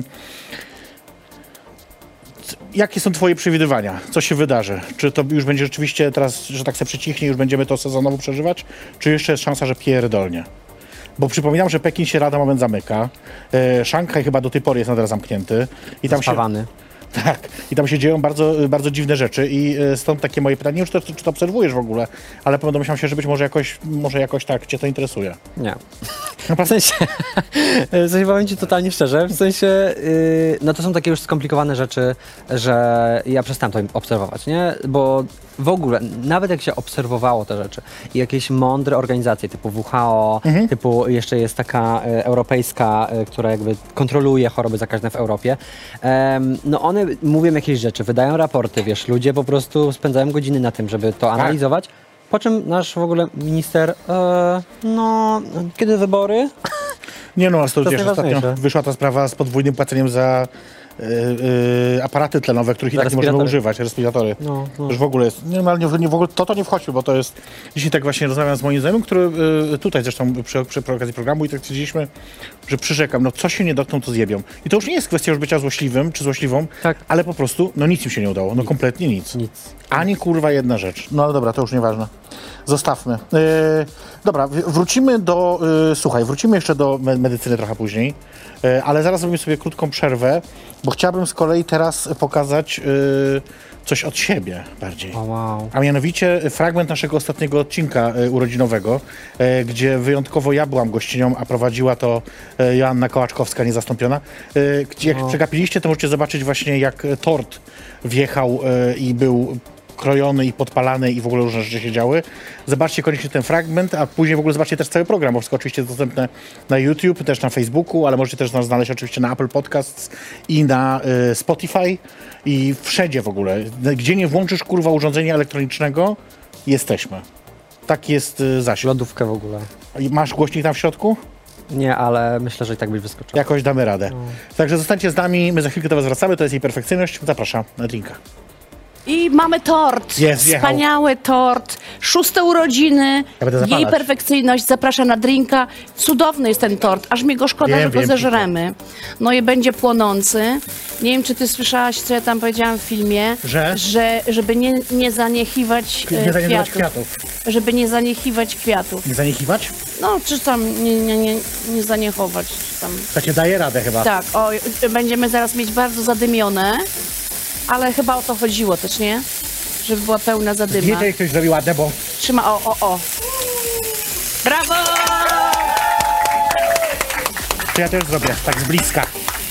Jakie są twoje przewidywania? Co się wydarzy? Czy to już będzie rzeczywiście teraz, że tak se przycichnie, już będziemy to sezonowo przeżywać? Czy jeszcze jest szansa, że pierdolnie? Bo przypominam, że Pekin się lada moment zamyka. E, Szanghaj chyba do tej pory jest nadal zamknięty. I tam się, Spawany. tak, i tam się dzieją bardzo, bardzo dziwne rzeczy i e, stąd takie moje pytanie, już to, czy to obserwujesz w ogóle, ale domyślam się, że być może jakoś, może jakoś tak cię to interesuje. Nie. W sensie, w sensie powiem ci totalnie szczerze, w sensie, yy, no to są takie już skomplikowane rzeczy, że ja przestałem to obserwować, nie? Bo w ogóle, nawet jak się obserwowało te rzeczy i jakieś mądre organizacje typu W H O, mhm. typu jeszcze jest taka y, europejska, y, która jakby kontroluje choroby zakaźne w Europie, um, no one mówią jakieś rzeczy, wydają raporty, wiesz, ludzie po prostu spędzają godziny na tym, żeby to analizować. Po czym nasz w ogóle minister, e, no, kiedy wybory? Nie no, ale to wiesz, ostatnio wyszła ta sprawa z podwójnym płaceniem za y, y, aparaty tlenowe, których i tak nie możemy używać, respiratory. No, no. To już w ogóle jest, nie, ale nie, nie, w ogóle to, to nie wchodzi, bo to jest, dzisiaj tak właśnie rozmawiam z moim znajomym, który y, tutaj zresztą przy, przy, przy okazji programu i tak stwierdziliśmy, że przyrzekam, no co się nie dotkną, to zjebią. I to już nie jest kwestia już bycia złośliwym czy złośliwą, tak. ale po prostu, no nic im się nie udało, no nic. kompletnie nic. nic. Ani kurwa jedna rzecz. No ale dobra, to już nieważne. Zostawmy. Yy, dobra, wrócimy do, yy, słuchaj, wrócimy jeszcze do me medycyny trochę później, yy, ale zaraz zrobimy sobie krótką przerwę, bo chciałbym z kolei teraz pokazać yy, coś od siebie bardziej. Oh, wow. A mianowicie fragment naszego ostatniego odcinka yy, urodzinowego, yy, gdzie wyjątkowo ja byłam gościnią, a prowadziła to yy, Joanna Kołaczkowska, niezastąpiona. Yy, gdzie, jak oh. przegapiliście, to możecie zobaczyć właśnie, jak tort wjechał yy, i był krojony i podpalany i w ogóle różne rzeczy się działy. Zobaczcie koniecznie ten fragment, a później w ogóle zobaczcie też cały program, bo wszystko oczywiście jest dostępne na YouTube, też na Facebooku, ale możecie też nas znaleźć oczywiście na Apple Podcasts i na y, Spotify i wszędzie w ogóle. Gdzie nie włączysz kurwa urządzenia elektronicznego, jesteśmy. Tak jest y, zasięg. Lodówkę w ogóle. Masz głośnik tam w środku? Nie, ale myślę, że i tak byś wyskoczył. Jakoś damy radę. No. Także zostańcie z nami, my za chwilkę do was wracamy, to jest jej perfekcyjność. Zapraszam na drinka. I mamy tort, Jest, wspaniały tort, szóste urodziny, ja jej perfekcyjność zaprasza na drinka. Cudowny jest ten tort, aż mi go szkoda, wiem, że go wiem, zeżremy. No i będzie płonący. Nie wiem, czy ty słyszałaś, co ja tam powiedziałam w filmie, że, że żeby nie, nie zaniechiwać nie kwiatów. kwiatów. Żeby nie zaniechiwać kwiatów. Nie zaniechiwać? No, czy tam nie, nie, nie, nie zaniechować. Czy tam. To cię daje radę chyba. Tak, o, będziemy zaraz mieć bardzo zadymione. Ale chyba o to chodziło też, nie? Żeby była pełna zadyma. Zdjęcie jak ktoś zrobił ładne, bo... Trzyma, o, o, o. Brawo! To ja też zrobię, tak z bliska.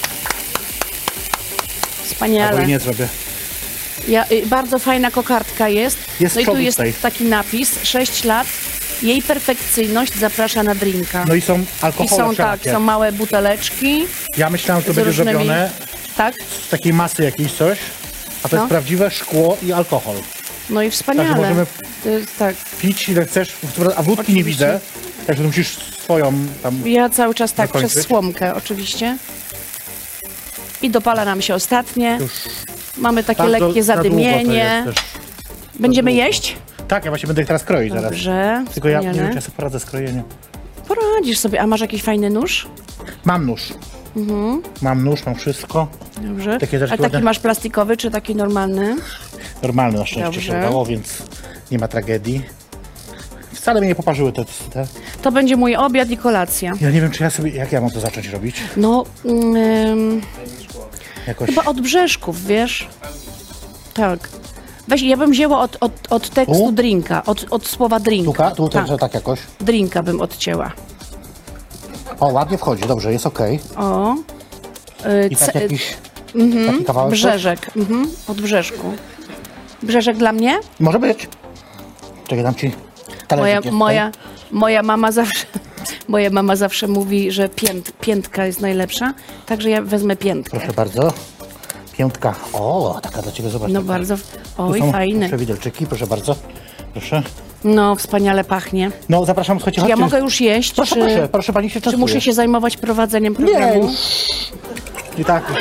Wspaniale. Albo nie zrobię. Ja, y, bardzo fajna kokardka jest. Jest no i tu jest tutaj. taki napis, sześć lat. Jej perfekcyjność zaprasza na drinka. No i są alkohole I są tak, są małe buteleczki. Ja myślałam, że to będzie różnymi... zrobione tak? z takiej masy jakiejś coś, a to no. jest prawdziwe szkło i alkohol. No i wspaniale. Także możemy to jest, tak. pić ile chcesz, a wódki oczywiście nie widzę, także musisz swoją tam... Ja cały czas tak, dokończyć. Przez słomkę oczywiście. I dopala nam się ostatnie. Już mamy takie tak, lekkie do, zadymienie. Będziemy jeść? Tak, ja właśnie będę teraz kroić zaraz. Dobrze, tylko ja nie wiem, czy ja sobie poradzę z krojeniem. Poradzisz sobie. A masz jakiś fajny nóż? Mam nóż. Mhm. Mam nóż, mam wszystko. Dobrze. Takie rzeczy, A taki ładne. Masz plastikowy, czy taki normalny? Normalny na szczęście Dobrze. się udało, więc nie ma tragedii. Wcale mnie nie poparzyły te, te... To będzie mój obiad i kolacja. Ja nie wiem, czy ja sobie... Jak ja mam to zacząć robić? No... Ym, Jakoś... Chyba od brzeszków, wiesz? Tak. Weź, ja bym wzięła od, od, od tekstu tu? drinka, od, od słowa drink. Tuka? Tu tak. tak jakoś? Drinka bym odcięła. O, ładnie wchodzi, dobrze, jest okej. Okay. O. Yy, I tak jakiś mm-hmm, taki kawałek? Brzeżek, mm-hmm, od brzeszku. Brzeżek dla mnie? Może być. Czekaj, dam ci moja, moja, moja mama zawsze... Moja mama zawsze mówi, że pięt, piętka jest najlepsza, także ja wezmę piętkę. Proszę bardzo. Piątka. O, taka dla ciebie, zobacz. No taka. bardzo, oj, są, fajny. Proszę, widelczyki, proszę bardzo. Proszę. No, wspaniale pachnie. No, zapraszam, słuchajcie. Czy ja mogę już jeść? Proszę, czy, proszę, proszę, pani się częstuje. Czy muszę się zajmować prowadzeniem programu? Nie, i tak już.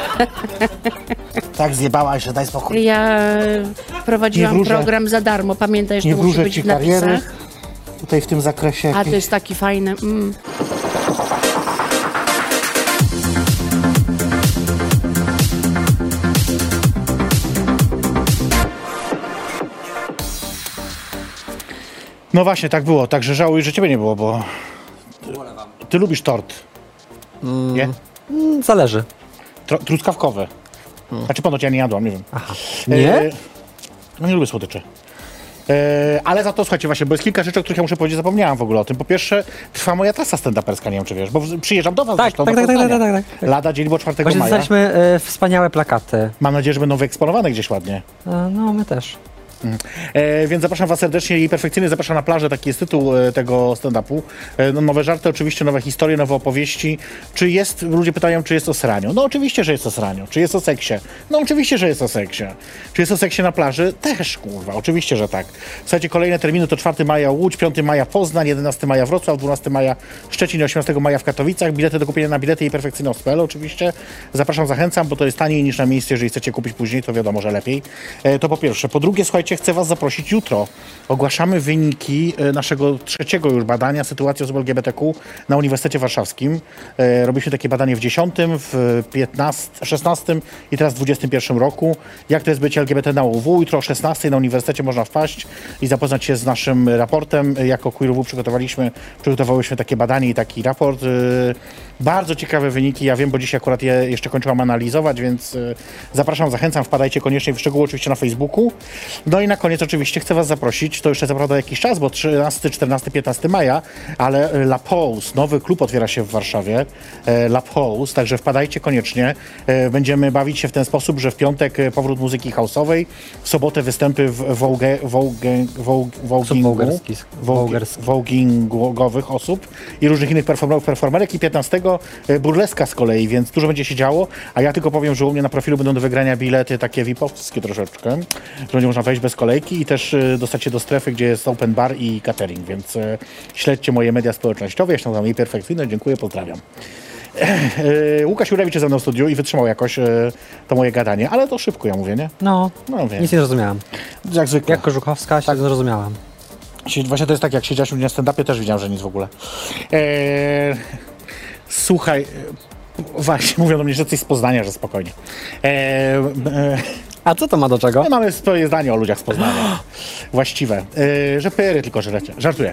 Tak zjebałaś, że daj spokój. Ja prowadziłam wróżę, program za darmo, pamiętaj, że to musi być w napisach. Kariery, tutaj w tym zakresie. A, to jest taki fajny. Mm. No właśnie, tak było. Także żałuję, że ciebie nie było, bo ty, ty lubisz tort, mm, nie? Mm, zależy. Tro, truskawkowy. Mm. Znaczy ponoć ja nie jadłam, nie wiem. Aha. Nie? E, no nie lubię słodyczy. E, ale za to, słuchajcie, właśnie, bo jest kilka rzeczy, o których ja muszę powiedzieć, zapomniałam w ogóle o tym. Po pierwsze, trwa moja trasa stand-uperska, nie wiem, czy wiesz, bo przyjeżdżam do was Tak, zresztą, tak, do tak, tak, Poznania. tak, tak, tak. Lada dzień, bo czwartego Właśnie maja. dostaliśmy e, wspaniałe plakaty. Mam nadzieję, że będą wyeksponowane gdzieś ładnie. E, no, my też. E, więc zapraszam was serdecznie i perfekcyjnie zapraszam na plażę, taki jest tytuł e, tego stand-upu. E, no, nowe żarty, oczywiście nowe historie, nowe opowieści. Czy jest, ludzie pytają, czy jest o sraniu? No oczywiście, że jest o sraniu. Czy jest o seksie? No oczywiście, że jest o seksie. Czy jest o seksie na plaży? Też, kurwa, oczywiście, że tak. Słuchajcie, kolejne terminy to czwartego maja Łódź, piątego maja Poznań, jedenastego maja Wrocław, dwunastego maja Szczecin, osiemnastego maja w Katowicach. Bilety do kupienia na bilety i perfekcyjność kropka p l oczywiście. Zapraszam, zachęcam, bo to jest taniej niż na miejscu. Jeżeli chcecie kupić później, to wiadomo, że lepiej. E, to po pierwsze. Po drugie, słuchajcie, chcę was zaprosić jutro. Ogłaszamy wyniki e, naszego trzeciego już badania sytuacji osób L G B T Q na Uniwersytecie Warszawskim. E, robiliśmy takie badanie w dziesiątym, w piętnastym, szesnastym i teraz w dwudziestym pierwszym roku. Jak to jest być L G B T na U W? Jutro o szesnastej na Uniwersytecie można wpaść i zapoznać się z naszym raportem. Jako Queer U W przygotowaliśmy, przygotowałyśmy takie badanie i taki raport. E, bardzo ciekawe wyniki. Ja wiem, bo dzisiaj akurat je jeszcze kończyłam analizować, więc e, zapraszam, zachęcam, wpadajcie koniecznie w szczegóły oczywiście na Facebooku. No i na koniec oczywiście chcę was zaprosić, to jeszcze zaprawda jakiś czas, bo trzynastego, czternastego, piętnastego maja, ale La Pause, nowy klub otwiera się w Warszawie, e, La Pause, także wpadajcie koniecznie. E, będziemy bawić się w ten sposób, że w piątek e, powrót muzyki house'owej, w sobotę występy w wołge, wołge, wołg, wołgingu, wołg, wołgingowych osób i różnych innych performerów, performerek i piętnastego burleska z kolei, więc dużo będzie się działo, a ja tylko powiem, że u mnie na profilu będą do wygrania bilety takie V I P-owskie troszeczkę, że będzie można wejść bez kolejki i też y, dostać się do strefy, gdzie jest open bar i catering, więc y, śledźcie moje media społecznościowe, ja się nazywam jej perfekcyjne, dziękuję, pozdrawiam. Yy, Łukasz Jurewicz jest ze mną w studiu i wytrzymał jakoś yy, to moje gadanie, ale to szybko, ja mówię, nie? No, No wiem. nic nie zrozumiałam. Jak zwykle. Jak Kożuchowska się tak zrozumiałam. Właśnie to jest tak, jak siedziałeś u mnie na stand-upie, też widziałem, że nic w ogóle. Eee, słuchaj, e, właśnie mówią do mnie, że coś z Poznania, że spokojnie. Eee, e, A co to ma do czego? My mamy swoje zdanie o ludziach z Poznania. Właściwe. E, że pyry tylko żrecie. Żartuję.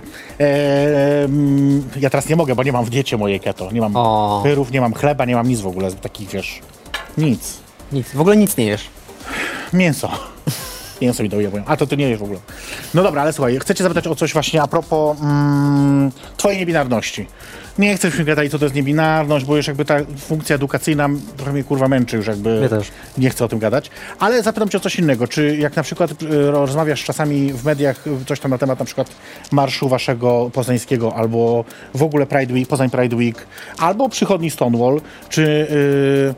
E, mm, ja teraz nie mogę, bo nie mam w diecie mojej keto. Nie mam O. pyrów, nie mam chleba, nie mam nic w ogóle. Takich, wiesz, nic. Nic, w ogóle nic nie jesz. Mięso. Mięso mi dojebują. A to ty nie jesz w ogóle. No dobra, ale słuchaj, chcę cię zapytać o coś właśnie a propos mm, twojej niebinarności. Nie chcę mi gadać, co to jest niebinarność, bo już jakby ta funkcja edukacyjna trochę mnie kurwa męczy już jakby. Mnie też. Nie chcę o tym gadać. Ale zapytam cię o coś innego. Czy jak na przykład y, rozmawiasz czasami w mediach y, coś tam na temat na przykład marszu waszego poznańskiego albo w ogóle Pride Week, Poznań Pride Week, albo przychodni Stonewall, czy... Y,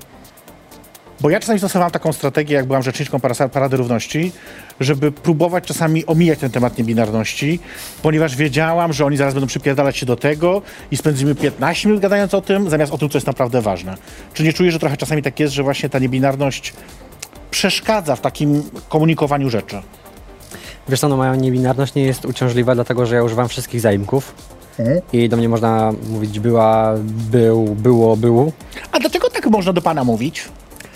Bo ja czasami stosowałam taką strategię, jak byłam rzeczniczką Parady Równości, żeby próbować czasami omijać ten temat niebinarności, ponieważ wiedziałam, że oni zaraz będą przypierdalać się do tego i spędzimy piętnaście minut gadając o tym, zamiast o tym, co jest naprawdę ważne. Czy nie czujesz, że trochę czasami tak jest, że właśnie ta niebinarność przeszkadza w takim komunikowaniu rzeczy? Wiesz co, no moja niebinarność nie jest uciążliwa, dlatego że ja używam wszystkich zaimków. Mhm. I do mnie można mówić była, był, było, był. A dlaczego tak można do pana mówić?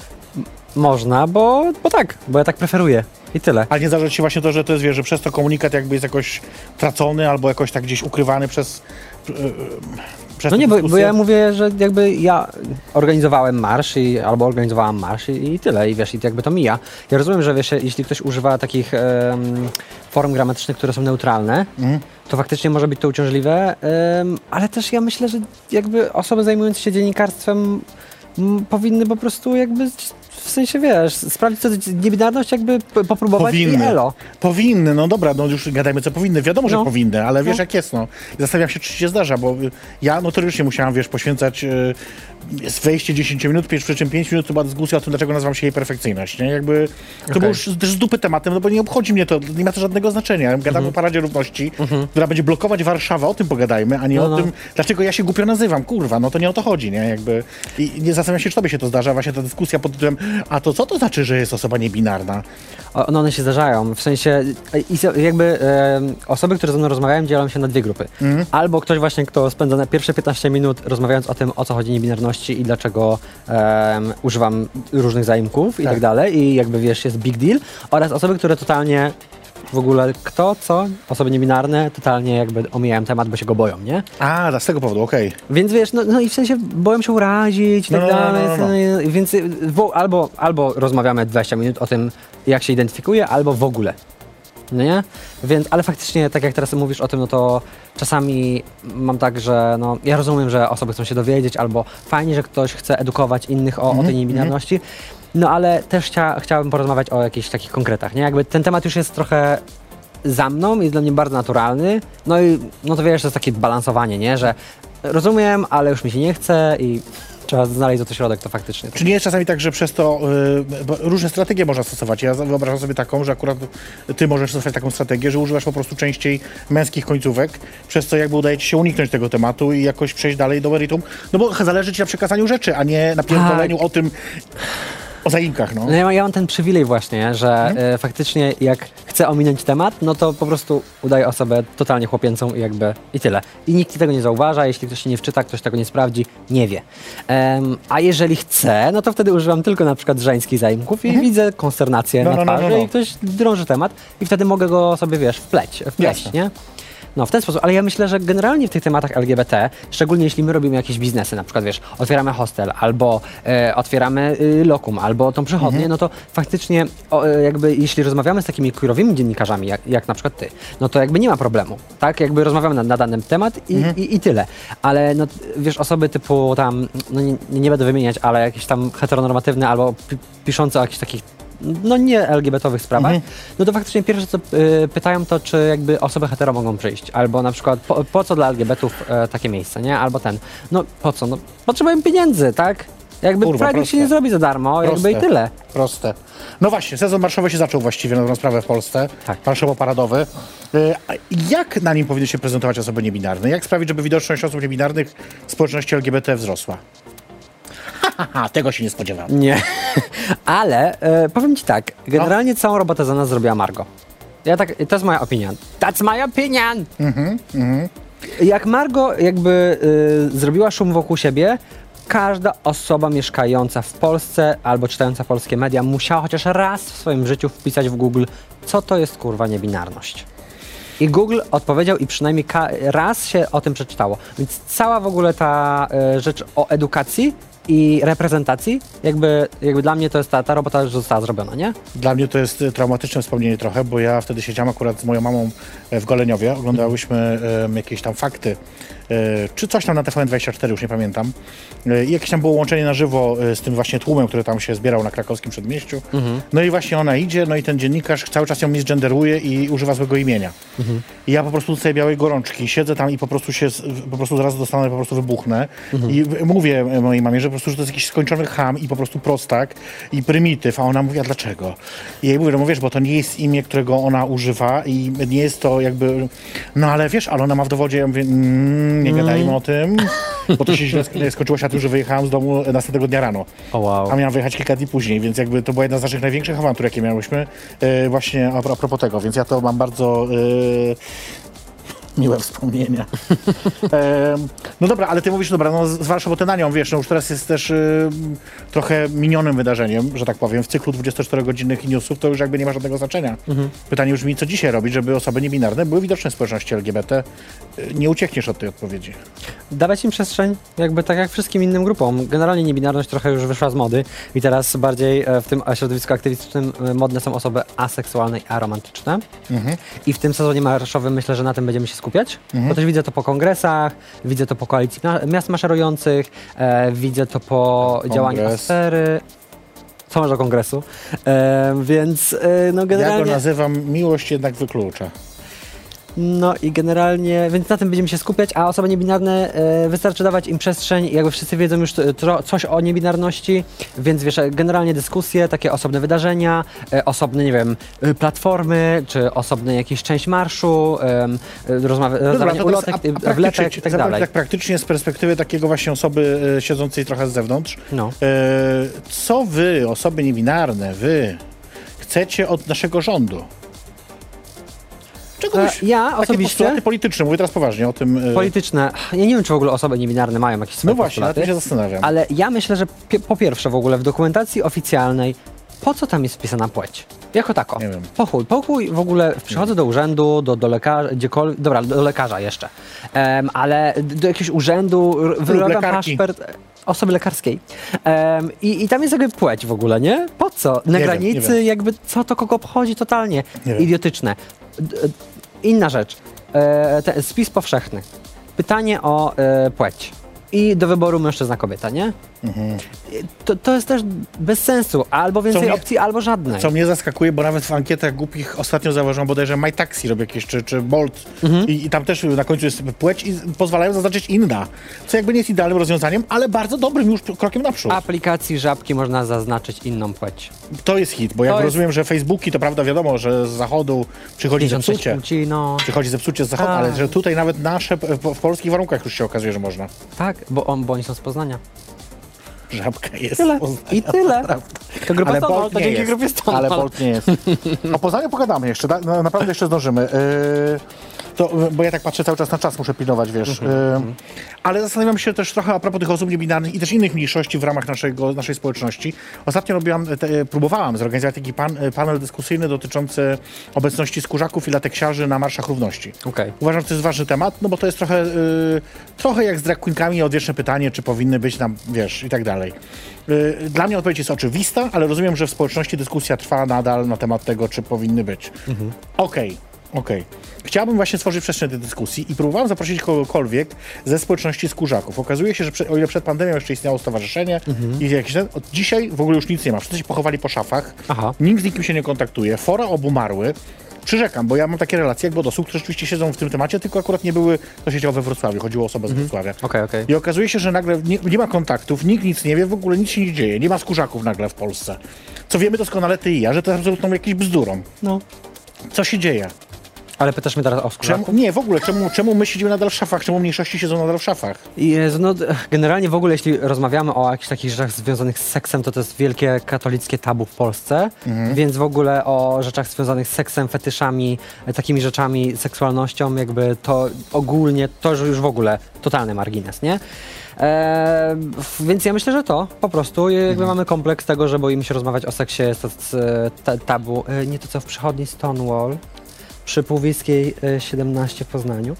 Można, bo, bo tak, bo ja tak preferuję. I tyle. Ale nie zdarza ci właśnie to, że to jest, wiesz, że przez to komunikat jakby jest jakoś tracony albo jakoś tak gdzieś ukrywany przez... Yy, przez No nie, bo, bo dyskusję? ja mówię, że jakby ja organizowałem marsz i, albo organizowałam marsz i, i tyle. I wiesz, i jakby to mija. Ja rozumiem, że wiesz, jeśli ktoś używa takich um, form gramatycznych, które są neutralne, mm. to faktycznie może być to uciążliwe, um, ale też ja myślę, że jakby osoby zajmujące się dziennikarstwem m, powinny po prostu jakby... W sensie, wiesz, sprawdzić co to niebinarność, jakby p- popróbować powinny. i elo. Powinny, no dobra, no już gadajmy co powinny. Wiadomo, że No. powinny, ale wiesz No. jak jest, no. Zastanawiam się, czy się zdarza, bo y, ja notorycznie musiałam, wiesz, poświęcać y, wejście dziesięć minut, przy czym pięć minut to była dyskusja o tym, dlaczego nazywam się jej perfekcyjność, nie? Jakby to Okej. był już też z dupy tematem, no bo nie obchodzi mnie to, nie ma to żadnego znaczenia. Gadamy Mhm. o Paradzie Równości, która będzie blokować Warszawę, o tym pogadajmy, a nie No, o no. tym, dlaczego ja się głupio nazywam, kurwa, no to nie o to chodzi, nie? Jakby i nie zastanawiam się, czy tobie się to zdarza, właśnie ta dyskusja pod tytułem, a to co to znaczy, że jest osoba niebinarna? O, no one się zdarzają, w sensie i so- jakby e, osoby, które ze mną rozmawiają, dzielą się na dwie grupy. Mhm. Albo ktoś właśnie, kto spędza na pierwsze piętnaście minut rozmawiając o tym, o co chodzi niebinarności i dlaczego em, używam różnych zaimków i Tak. tak dalej i jakby wiesz, jest big deal. Oraz osoby, które totalnie w ogóle kto, co, osoby niebinarne totalnie jakby omijają temat, bo się go boją, nie? A, z tego powodu, okej. Więc wiesz, no, no i w sensie boją się urazić i tak No, no, no, dalej, no, no. no, więc y, wo, albo, albo rozmawiamy dwadzieścia minut o tym, jak się identyfikuje, albo w ogóle. no nie? Więc, ale faktycznie, tak jak teraz mówisz o tym, no to czasami mam tak, że no, ja rozumiem, że osoby chcą się dowiedzieć, albo fajnie, że ktoś chce edukować innych o, mm-hmm. o tej niebinarności, no ale też chcia, chciałbym porozmawiać o jakichś takich konkretach, nie? Jakby ten temat już jest trochę za mną, jest dla mnie bardzo naturalny, no i no to wiesz, to jest takie balansowanie, nie? Że rozumiem, ale już mi się nie chce i trzeba znaleźć złoty środek, to faktycznie. Czy nie jest czasami tak, że przez to yy, bo różne strategie można stosować? Ja wyobrażam sobie taką, że akurat ty możesz stosować taką strategię, że używasz po prostu częściej męskich końcówek, przez co jakby udaje ci się uniknąć tego tematu i jakoś przejść dalej do meritum. No bo zależy ci na przekazaniu rzeczy, a nie na pierdoleniu tak. o tym, o zaimkach, no. no ja, ja mam ten przywilej właśnie, że hmm? y, faktycznie jak chcę ominąć temat, no to po prostu udaję osobę totalnie chłopięcą i jakby i tyle. I nikt tego nie zauważa, jeśli ktoś się nie wczyta, ktoś tego nie sprawdzi, nie wie. Um, a jeżeli chcę, no to wtedy używam tylko na przykład żeńskich zaimków i hmm? widzę konsternację no, na twarzy no, no, no, no. i ktoś drąży temat i wtedy mogę go sobie, wiesz, wpleć, wpleść, Jasne. nie? No, w ten sposób, ale ja myślę, że generalnie w tych tematach L G B T, szczególnie jeśli my robimy jakieś biznesy, na przykład, wiesz, otwieramy hostel, albo e, otwieramy y, lokum, albo tą przychodnię, mhm. no to faktycznie o, jakby jeśli rozmawiamy z takimi queerowymi dziennikarzami, jak, jak na przykład ty, no to jakby nie ma problemu, tak? Jakby rozmawiamy na, na dany temat i, mhm. i, i tyle. Ale no, wiesz, osoby typu tam, no nie, nie będę wymieniać, ale jakieś tam heteronormatywne albo pi- piszące o jakichś takich no nie L G B T-owych sprawach, mhm. no to faktycznie pierwsze co y, pytają to, czy jakby osoby hetero mogą przyjść, albo na przykład po, po co dla L G B T-ów y, takie miejsce, nie? Albo ten, no po co? No potrzebują pieniędzy, tak? Jakby Pride się nie zrobi za darmo, proste. jakby i tyle. Proste. No właśnie, sezon marszowy się zaczął właściwie na dobrą sprawę w Polsce, tak. marszowo-paradowy. Y, jak na nim powinny się prezentować osoby niebinarne? Jak sprawić, żeby widoczność osób niebinarnych w społeczności L G B T wzrosła? Haha, tego się nie spodziewałem. Nie, ale e, powiem ci tak, generalnie no. całą robotę za nas zrobiła Margo. Ja tak, to jest moja opinia. That's my opinion! Mhm, mhm. Jak Margo jakby y, zrobiła szum wokół siebie, każda osoba mieszkająca w Polsce albo czytająca polskie media musiała chociaż raz w swoim życiu wpisać w Google, co to jest kurwa niebinarność. I Google odpowiedział i przynajmniej ka- raz się o tym przeczytało. Więc cała w ogóle ta y, rzecz o edukacji i reprezentacji, jakby, jakby dla mnie to jest ta, ta robota już została zrobiona, nie? Dla mnie to jest traumatyczne wspomnienie trochę, bo ja wtedy siedziałem akurat z moją mamą w Goleniowie, oglądałyśmy um, jakieś tam fakty, e, czy coś tam na T V N dwadzieścia cztery, już nie pamiętam. E, I jakieś tam było łączenie na żywo e, z tym właśnie tłumem, który tam się zbierał na krakowskim przedmieściu. Mhm. No i właśnie ona idzie, no i ten dziennikarz cały czas ją misgenderuje i używa złego imienia. Mhm. I ja po prostu dostaję białej gorączki, siedzę tam i po prostu się, po prostu zaraz dostanę, po prostu wybuchnę. Mhm. I mówię mojej mamie, że po prostu, że to jest jakiś skończony cham i po prostu prostak i prymityw, a ona mówi, a dlaczego? I ja jej mówię, no wiesz, bo to nie jest imię, którego ona używa i nie jest to jakby, no ale wiesz, ale ona ma w dowodzie, ja mówię, mm, nie gadajmy mm. o tym, bo to się źle skończyło się na tym, że wyjechałem z domu następnego dnia rano, oh, wow. a miałem wyjechać kilka dni później, więc jakby to była jedna z naszych największych awantur, jakie miałyśmy, yy, właśnie a, a propos tego, więc ja to mam bardzo... Yy, miłe wspomnienia. e, no dobra, ale ty mówisz, dobra, no zwłaszcza robotę na nią, wiesz, no już teraz jest też y, trochę minionym wydarzeniem, że tak powiem, w cyklu dwudziestoczterogodzinnych newsów to już jakby nie ma żadnego znaczenia. Mhm. Pytanie brzmi, co dzisiaj robić, żeby osoby niebinarne były widoczne w społeczności L G B T? Nie uciekniesz od tej odpowiedzi. Dawać im przestrzeń, jakby tak jak wszystkim innym grupom. Generalnie niebinarność trochę już wyszła z mody i teraz bardziej w tym środowisku aktywistycznym modne są osoby aseksualne i aromantyczne. Mhm. I w tym sezonie marszowym myślę, że na tym będziemy się skupiać, mhm. bo też widzę to po kongresach, widzę to po koalicji miast maszerujących, e, widzę to po Kongres. działaniu Asfery. Co masz do kongresu? E, więc e, no generalnie... Ja go nazywam miłość jednak wyklucza. No i generalnie, więc na tym będziemy się skupiać, a osoby niebinarne e, wystarczy dawać im przestrzeń, jakby wszyscy wiedzą już tro, coś o niebinarności, więc wiesz, generalnie dyskusje, takie osobne wydarzenia, e, osobne, nie wiem, platformy, czy osobne jakieś część marszu, e, rozmawiać, rozdawanie ulotek, a, a wlepek i tak dalej. Tak praktycznie z perspektywy takiego właśnie osoby e, siedzącej trochę z zewnątrz, no. e, co wy, osoby niebinarne, wy chcecie od naszego rządu? Czegoś, ja takie osobiście... postulaty polityczne, mówię teraz poważnie o tym... Polityczne. Ja nie wiem, czy w ogóle osoby niebinarne mają jakieś swoje No właśnie, postulaty, na tym się zastanawiam. Ale ja myślę, że pi- po pierwsze w ogóle w dokumentacji oficjalnej, po co tam jest wpisana płeć? Jako tako. Nie wiem. Po chuj, po chuj w ogóle przychodzę do urzędu, do, do lekarza, gdziekolwiek, dobra, do lekarza jeszcze, um, ale do jakiegoś urzędu, wyrabiam paszport osoby lekarskiej um, i, i tam jest jakby płeć w ogóle, nie? Po co? Na nie granicy wiem, jakby co to kogo obchodzi totalnie? Idiotyczne. d- inna rzecz. E, te, spis powszechny. Pytanie o e, płeć. I do wyboru mężczyzna, kobieta, nie? Mhm. To, to jest też bez sensu. Albo więcej mnie, opcji, albo żadnej. Co mnie zaskakuje, bo nawet w ankietach głupich ostatnio zauważyłem bodajże MyTaxi robi jakieś, czy, czy Bolt mhm. I, i tam też na końcu jest płeć i pozwalają zaznaczyć inna. Co jakby nie jest idealnym rozwiązaniem, ale bardzo dobrym już krokiem naprzód. W aplikacji Żabki można zaznaczyć inną płeć. To jest hit, bo jak jest... rozumiem, że Facebooki, to prawda wiadomo, że z zachodu przychodzi zepsucie. Płci, no. Przychodzi zepsucie z zachodu, A. ale że tutaj nawet nasze, w polskich warunkach już się okazuje, że można. Tak, bo, on, bo oni są z Poznania. Żabka jest tyle. I tyle. To grupa ale Stonewall, to dzięki grupie Stonewall. Ale Bolt nie jest. O Poznaniu pogadamy jeszcze, da, no, naprawdę jeszcze zdążymy. Yy, to, bo ja tak patrzę cały czas na czas, muszę pilnować, wiesz. Mm-hmm. Yy, ale zastanawiam się też trochę a propos tych osób niebinarnych i też innych mniejszości w ramach naszego, naszej społeczności. Ostatnio robiłam, te, próbowałam zorganizować taki pan, panel dyskusyjny dotyczący obecności skórzaków i lateksiarzy na marszach równości. Okay. Uważam, że to jest ważny temat, no bo to jest trochę, yy, trochę jak z drag queenkami odwieczne pytanie, czy powinny być tam, wiesz, i tak dalej. Dla mnie odpowiedź jest oczywista, ale rozumiem, że w społeczności dyskusja trwa nadal na temat tego, czy powinny być. Mhm. Okej, okay, okej. Okay. Chciałbym właśnie stworzyć przestrzeń tej dyskusji i próbowałem zaprosić kogokolwiek ze społeczności skórzaków. Okazuje się, że prze, o ile przed pandemią jeszcze istniało stowarzyszenie mhm. i jakieś ten, od dzisiaj w ogóle już nic nie ma. Wszyscy się pochowali po szafach, Aha. nikt z nikim się nie kontaktuje, fora obumarły. Przyrzekam, bo ja mam takie relacje jak od osób, które rzeczywiście siedzą w tym temacie, tylko akurat nie były, to się działo we Wrocławiu, chodziło o osobę z mm-hmm. Wrocławia. Okay, okay. I okazuje się, że nagle nie, nie ma kontaktów, nikt nic nie wie, w ogóle nic się nie dzieje, nie ma skórzaków nagle w Polsce. Co wiemy doskonale ty i ja, że to jest absolutną jakąś bzdurą. No. Co się dzieje? Ale pytasz mnie teraz o skórzaków? Czemu, nie, w ogóle, czemu, czemu my siedzimy nadal w szafach, czemu mniejszości siedzą nadal w szafach? Jezu, no, generalnie w ogóle, jeśli rozmawiamy o jakichś takich rzeczach związanych z seksem, to to jest wielkie katolickie tabu w Polsce, mhm. więc w ogóle o rzeczach związanych z seksem, fetyszami, takimi rzeczami, seksualnością, jakby to ogólnie, to już w ogóle totalny margines, nie? Eee, więc ja myślę, że to po prostu jakby mhm. mamy kompleks tego, że boimy się rozmawiać o seksie, jest to t- tabu, e, nie to co w przychodni Stonewall, przy Półwiejskiej siedemnaście w Poznaniu.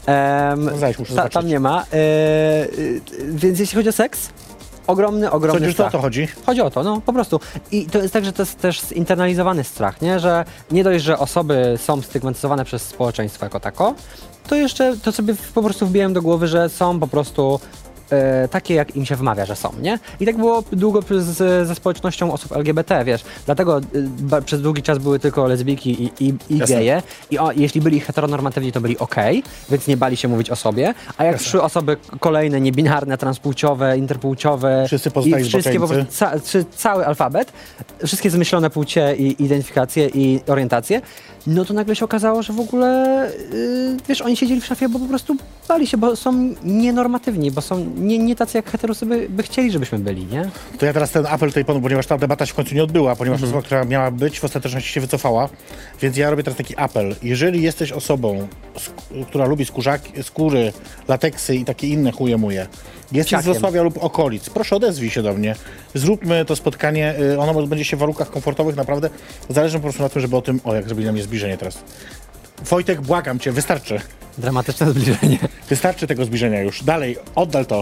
Um, Zaś, ta, tam nie ma. E, e, więc jeśli chodzi o seks, ogromny, ogromny Co, strach. Co o to chodzi? Chodzi o to, no po prostu. I to jest tak, że to jest też zinternalizowany strach, nie? Że nie dość, że osoby są stygmatyzowane przez społeczeństwo jako tako, to jeszcze to sobie po prostu wbijałem do głowy, że są po prostu E, takie, jak im się wmawia, że są, nie? I tak było długo z, ze społecznością osób L G B T, wiesz. Dlatego e, ba, przez długi czas były tylko lesbijki i, i, i geje. I o, jeśli byli heteronormatywni, to byli okej, okay, więc nie bali się mówić o sobie. A jak trzy osoby kolejne, niebinarne, transpłciowe, interpłciowe wszyscy pozostali i wszystkie po prostu, ca, czy, cały alfabet, wszystkie zmyślone płcie i identyfikacje i orientacje, no to nagle się okazało, że w ogóle, yy, wiesz, oni siedzieli w szafie, bo po prostu bali się, bo są nienormatywni, bo są nie, nie tacy, jak heterosy by, by chcieli, żebyśmy byli, nie? To ja teraz ten apel tutaj panu, ponieważ ta debata się w końcu nie odbyła, ponieważ mm-hmm. osoba, która miała być, w ostateczności się wycofała, więc ja robię teraz taki apel. Jeżeli jesteś osobą, sk- która lubi skórzaki, skóry, lateksy i takie inne chuje-muje, jesteś z Wrocławia lub okolic, proszę odezwij się do mnie. Zróbmy to spotkanie, ono będzie się w warunkach komfortowych, naprawdę. Zależy po prostu na tym, żeby o tym, o jak zrobili na mnie zbliżenie teraz. Wojtek, błagam cię, wystarczy. Dramatyczne zbliżenie. Wystarczy tego zbliżenia już. Dalej, oddal to.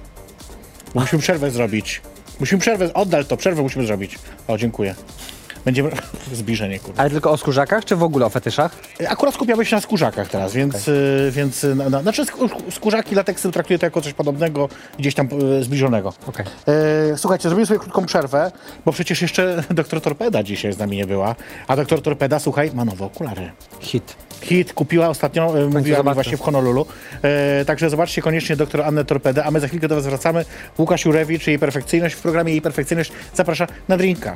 Musimy przerwę zrobić. Musimy przerwę, oddal to, przerwę musimy zrobić. O, dziękuję. Będziemy... Zbliżenie, kurde. Ale tylko o skórzakach, czy w ogóle o fetyszach? Akurat skupiamy się na skórzakach teraz, więc... Okay. Y, więc na, na, znaczy skórzaki, lateksy traktuję to jako coś podobnego, gdzieś tam y, zbliżonego. Okay. Y, słuchajcie, zrobimy sobie krótką przerwę, bo przecież jeszcze doktor Torpeda dzisiaj z nami nie była. A doktor Torpeda, słuchaj, ma nowe okulary. Hit. Hit kupiła ostatnio, y, mówiła mi właśnie w Honolulu. Y, także zobaczcie koniecznie doktor Annę Torpedę, a my za chwilkę do was wracamy. Łukasz Jurewicz, jej perfekcyjność w programie Jej Perfekcyjność zaprasza na drinka.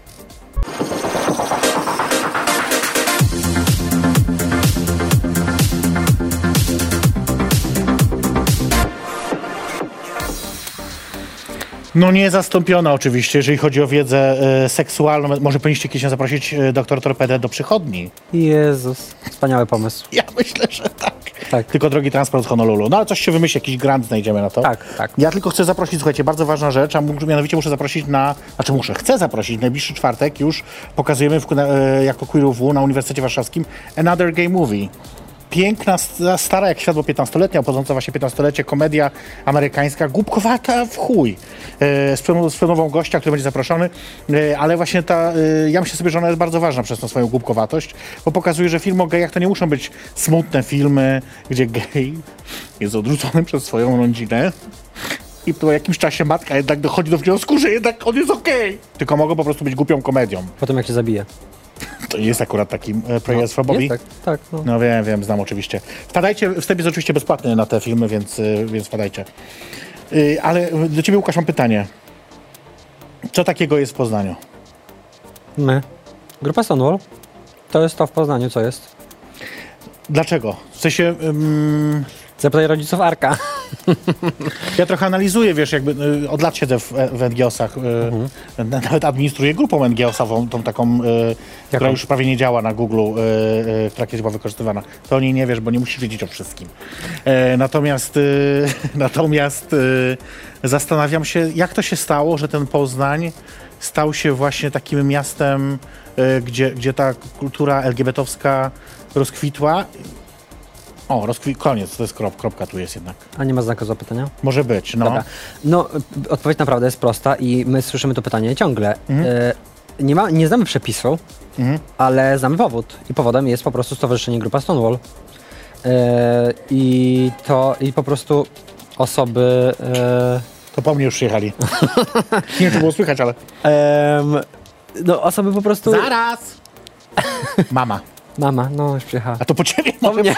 No niezastąpiona oczywiście, jeżeli chodzi o wiedzę e, seksualną. Może powinniście kiedyś zaprosić e, doktor Torpedę do przychodni. Jezus, wspaniały pomysł. Ja myślę, że tak. tak. Tylko drogi transport z Honolulu. No ale coś się wymyśli, jakiś grant znajdziemy na to. Tak, tak. Ja tylko chcę zaprosić, słuchajcie, bardzo ważna rzecz, a mianowicie muszę zaprosić na, znaczy muszę, chcę zaprosić, w najbliższy czwartek już pokazujemy w, e, jako Queer W na Uniwersytecie Warszawskim Another Gay Movie. piękna, stara jak świat, bo piętnastoletnia, obchodząca właśnie piętnastolecie, komedia amerykańska, głupkowata w chuj. Z pełną, z pełną gościa, który będzie zaproszony, ale właśnie ta, ja myślę sobie, że ona jest bardzo ważna przez tą swoją głupkowatość, bo pokazuje, że filmy o gejach to nie muszą być smutne filmy, gdzie gej jest odrzucony przez swoją rodzinę i po jakimś czasie matka jednak dochodzi do wniosku, że jednak on jest okej. Okay. Tylko mogą po prostu być głupią komedią. Potem jak się zabije. To jest akurat taki e, projekt no, Fobowi. Tak, tak. No. no wiem, wiem, znam oczywiście. Wpadajcie, wstęp jest oczywiście bezpłatny na te filmy, więc, y, więc wpadajcie. Y, ale do ciebie, Łukasz, mam pytanie. Co takiego jest w Poznaniu? My. Grupa Stonewall. To jest to w Poznaniu, co jest. Dlaczego? W sensie... Um... Zapytaj rodziców Arka. Ja trochę analizuję, wiesz, jakby y, od lat siedzę w, w N G O S-ach, y, mhm. nawet administruję grupą N G O S-ową, tą taką, y, która już prawie nie działa na Google, y, y, która kiedyś była wykorzystywana. To o niej nie wiesz, bo nie musisz wiedzieć o wszystkim. E, natomiast y, natomiast y, zastanawiam się, jak to się stało, że ten Poznań stał się właśnie takim miastem, y, gdzie, gdzie ta kultura el gie be te owska rozkwitła. O, rozkwi- koniec, to jest krop, kropka tu jest jednak. A nie ma znaku zapytania? Może być, no. Dobra. No, odpowiedź naprawdę jest prosta i my słyszymy to pytanie ciągle. Mhm. E, nie, ma, nie znamy przepisu, mhm. ale znamy powód. I powodem jest po prostu Stowarzyszenie Grupa Stonewall. E, I to, i po prostu osoby... E... To po mnie już przyjechali. Nie wiem, czy było słychać, ale... E, no, osoby po prostu... Zaraz! Mama. Mama, no już przyjechała. A to po ciebie może mnie.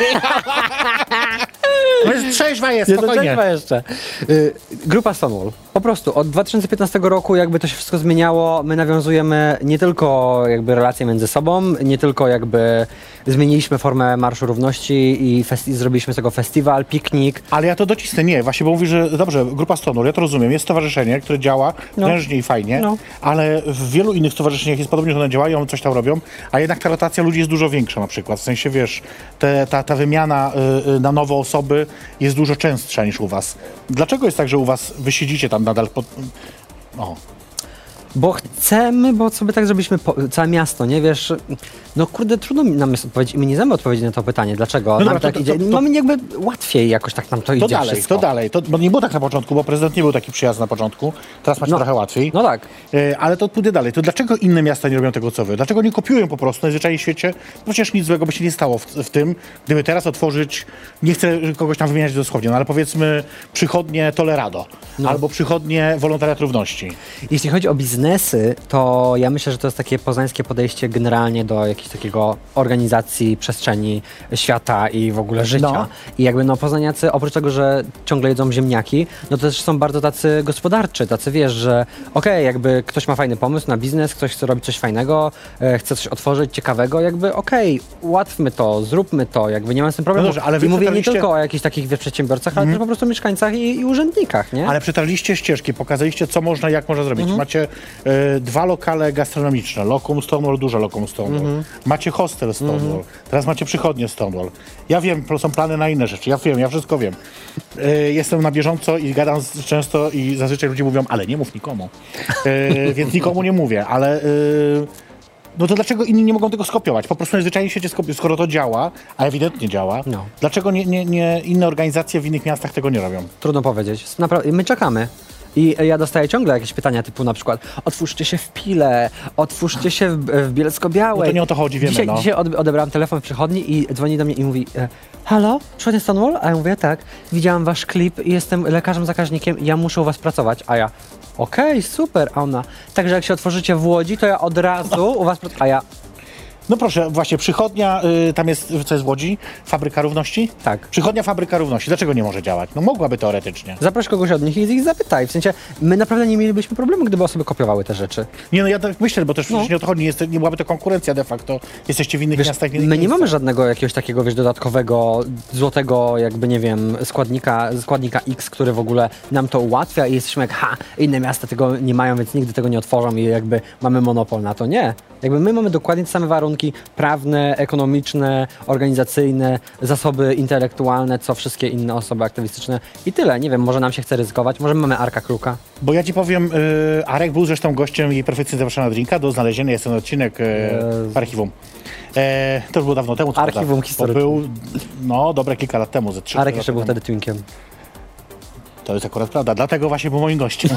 No jest trzeźwa jest, jest spokojnie. Trzeźwa jeszcze. Y, Grupa Stonewall. Po prostu od dwa tysiące piętnastego roku jakby to się wszystko zmieniało. My nawiązujemy nie tylko jakby relacje między sobą, nie tylko jakby zmieniliśmy formę Marszu Równości i festi- zrobiliśmy z tego festiwal, piknik. Ale ja to docisnę, nie. Właśnie, bo mówisz, że dobrze, Grupa Stonewall, ja to rozumiem, jest stowarzyszenie, które działa no. prężnie i fajnie, no. ale w wielu innych stowarzyszeniach jest podobnie, że one działają, coś tam robią, a jednak ta rotacja ludzi jest dużo większa na przykład. W sensie, wiesz, te, ta, ta wymiana y, na nowe osoby jest dużo częstsza niż u was. Dlaczego jest tak, że u was wy siedzicie tam nadal pod... O. Bo chcemy, bo sobie tak zrobiliśmy po, całe miasto, nie wiesz, no kurde, trudno nam jest odpowiedzieć i my nie znamy odpowiedzi na to pytanie, dlaczego no nam dobra, tak to, idzie, to, to, mamy jakby łatwiej jakoś tak nam to, to idzie dalej, wszystko. To dalej, to bo nie było tak na początku, bo prezydent nie był taki przyjazny na początku, teraz macie no, trochę łatwiej. No tak. E, ale to pójdę dalej, to dlaczego inne miasta nie robią tego co wy? Dlaczego nie kopiują po prostu najzwyczajniej w świecie? No przecież nic złego by się nie stało w, w tym, gdyby teraz otworzyć, nie chcę kogoś tam wymieniać dosłownie, no ale powiedzmy przychodnie Tolerado, no. albo przychodnie Wolontariat Równości. Jeśli chodzi o biznesy, to ja myślę, że to jest takie poznańskie podejście generalnie do jakiejś takiego organizacji przestrzeni świata i w ogóle życia. No. I jakby no poznaniacy, oprócz tego, że ciągle jedzą ziemniaki, no to też są bardzo tacy gospodarczy, tacy wiesz, że okej, okay, jakby ktoś ma fajny pomysł na biznes, ktoś chce robić coś fajnego, e, chce coś otworzyć ciekawego, jakby okej, okay, ułatwmy to, zróbmy to, jakby nie ma z tym problemu. No dobrze, ale I mówię przetarliście... nie tylko o jakichś takich wiesz, przedsiębiorcach, mm. ale też po prostu mieszkańcach i, i urzędnikach, nie? Ale przetarliście ścieżki, pokazaliście co można, jak można zrobić. Mm-hmm. Macie e, dwa lokale gastronomiczne, Lokum Stonewall, duże Lokum Stonewall. Mm-hmm. Macie hostel Stonewall, mm-hmm. teraz macie przychodnie Stonewall. Ja wiem, są plany na inne rzeczy, ja wiem, ja wszystko wiem. E, jestem na bieżąco i gadam z, często i zazwyczaj ludzie mówią, ale nie mów nikomu. E, więc nikomu nie mówię, ale... E, no to dlaczego inni nie mogą tego skopiować? Po prostu najzwyczajniej w świecie skopiować, skoro to działa, a ewidentnie działa, no. Dlaczego nie, nie, nie inne organizacje w innych miastach tego nie robią? Trudno powiedzieć. Napra- my czekamy. I ja dostaję ciągle jakieś pytania typu na przykład otwórzcie się w Pile, otwórzcie się w, w Bielsko-Białej. No to nie o to chodzi, wiemy, Dzisiaj, no. dzisiaj od, odebrałam telefon w przychodni i dzwoni do mnie i mówi e, halo, przychodnia Stonewall? A ja mówię tak, widziałam wasz klip i jestem lekarzem zakaźnikiem i ja muszę u was pracować. A ja okej, okay, super. A ona, także jak się otworzycie w Łodzi, to ja od razu u was pracuję. A ja no proszę, właśnie, przychodnia, y, tam jest, co jest w Łodzi? Fabryka Równości? Tak. Przychodnia Fabryka Równości. Dlaczego nie może działać? No mogłaby teoretycznie. Zaproś kogoś od nich i ich zapytaj. W sensie, my naprawdę nie mielibyśmy problemu, gdyby osoby kopiowały te rzeczy. Nie, no ja tak myślę, bo też no. nie o to chodzi. Jest, nie byłaby to konkurencja de facto. Jesteście w innych wiesz, miastach, w innych my nie miejscach. mamy żadnego jakiegoś takiego, wiesz, dodatkowego, złotego, jakby, nie wiem, składnika, składnika X, który w ogóle nam to ułatwia i jesteśmy jak, ha, inne miasta tego nie mają, więc nigdy tego nie otworzą i jakby mamy monopol na to. Nie. Jakby my mamy dokładnie te same warunki prawne, ekonomiczne, organizacyjne, zasoby intelektualne, co wszystkie inne osoby aktywistyczne i tyle. Nie wiem, może nam się chce ryzykować, może mamy Arka Kruka. Bo ja ci powiem, yy, Arek był zresztą gościem jej perfekcyjnie zapraszana na drinka, do znalezienia jest ten odcinek yy, w archiwum. E, to już było dawno temu. Co Archiwum prawda, historyczne. Był, no, dobre kilka lat temu, ze trzy Arek jeszcze lata był temu. wtedy twinkiem. To jest akurat prawda, dlatego właśnie był moim gościem.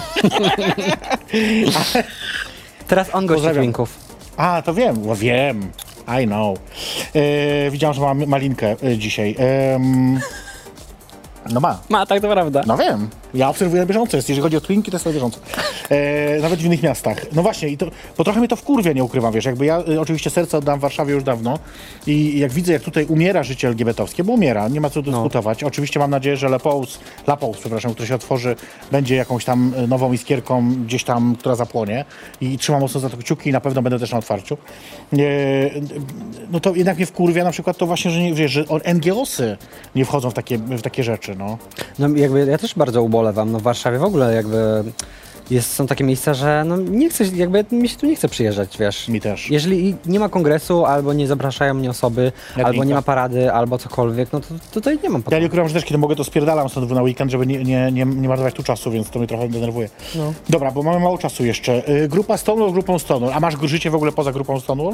Teraz on gości Pozdrawiam. twinków. A, to wiem, bo wiem. I know. E, widziałem, że ma malinkę e, dzisiaj. Ehm, no ma. Ma, tak to prawda. No wiem. Ja obserwuję na bieżąco. Jest, jeżeli chodzi o twinki, to jest na bieżąco. E, nawet w innych miastach. No właśnie, i to, bo trochę mnie to wkurwia, nie ukrywam, wiesz, jakby ja y, oczywiście serce oddam w Warszawie już dawno i jak widzę, jak tutaj umiera życie el gie be te owskie, bo umiera, nie ma co dyskutować. Oczywiście mam nadzieję, że Lepous, Lapous, przepraszam, który się otworzy, będzie jakąś tam y, nową iskierką gdzieś tam, która zapłonie i trzymam mocno za to kciuki i na pewno będę też na otwarciu. E, no to jednak mnie wkurwia na przykład to właśnie, że, nie, wiesz, że en gie osy nie wchodzą w takie, w takie rzeczy, no. No jakby ja też bardzo ubolewam. No w Warszawie w ogóle jakby jest, są takie miejsca, że no nie chcę, jakby mi się tu nie chce przyjeżdżać, wiesz. Mi też. Jeżeli nie ma kongresu, albo nie zapraszają mnie osoby, Na albo drinka. nie ma parady, albo cokolwiek, no to tutaj nie mam Ja potrzeby. nie ukrywam, że też kiedy mogę, to spierdalam stąd na weekend, żeby nie, nie, nie, nie marnować tu czasu, więc to mnie trochę denerwuje. No. Dobra, bo mamy mało czasu jeszcze. Y, grupa Stonewall, grupą Stonewall. A masz życie w ogóle poza grupą Stonewall?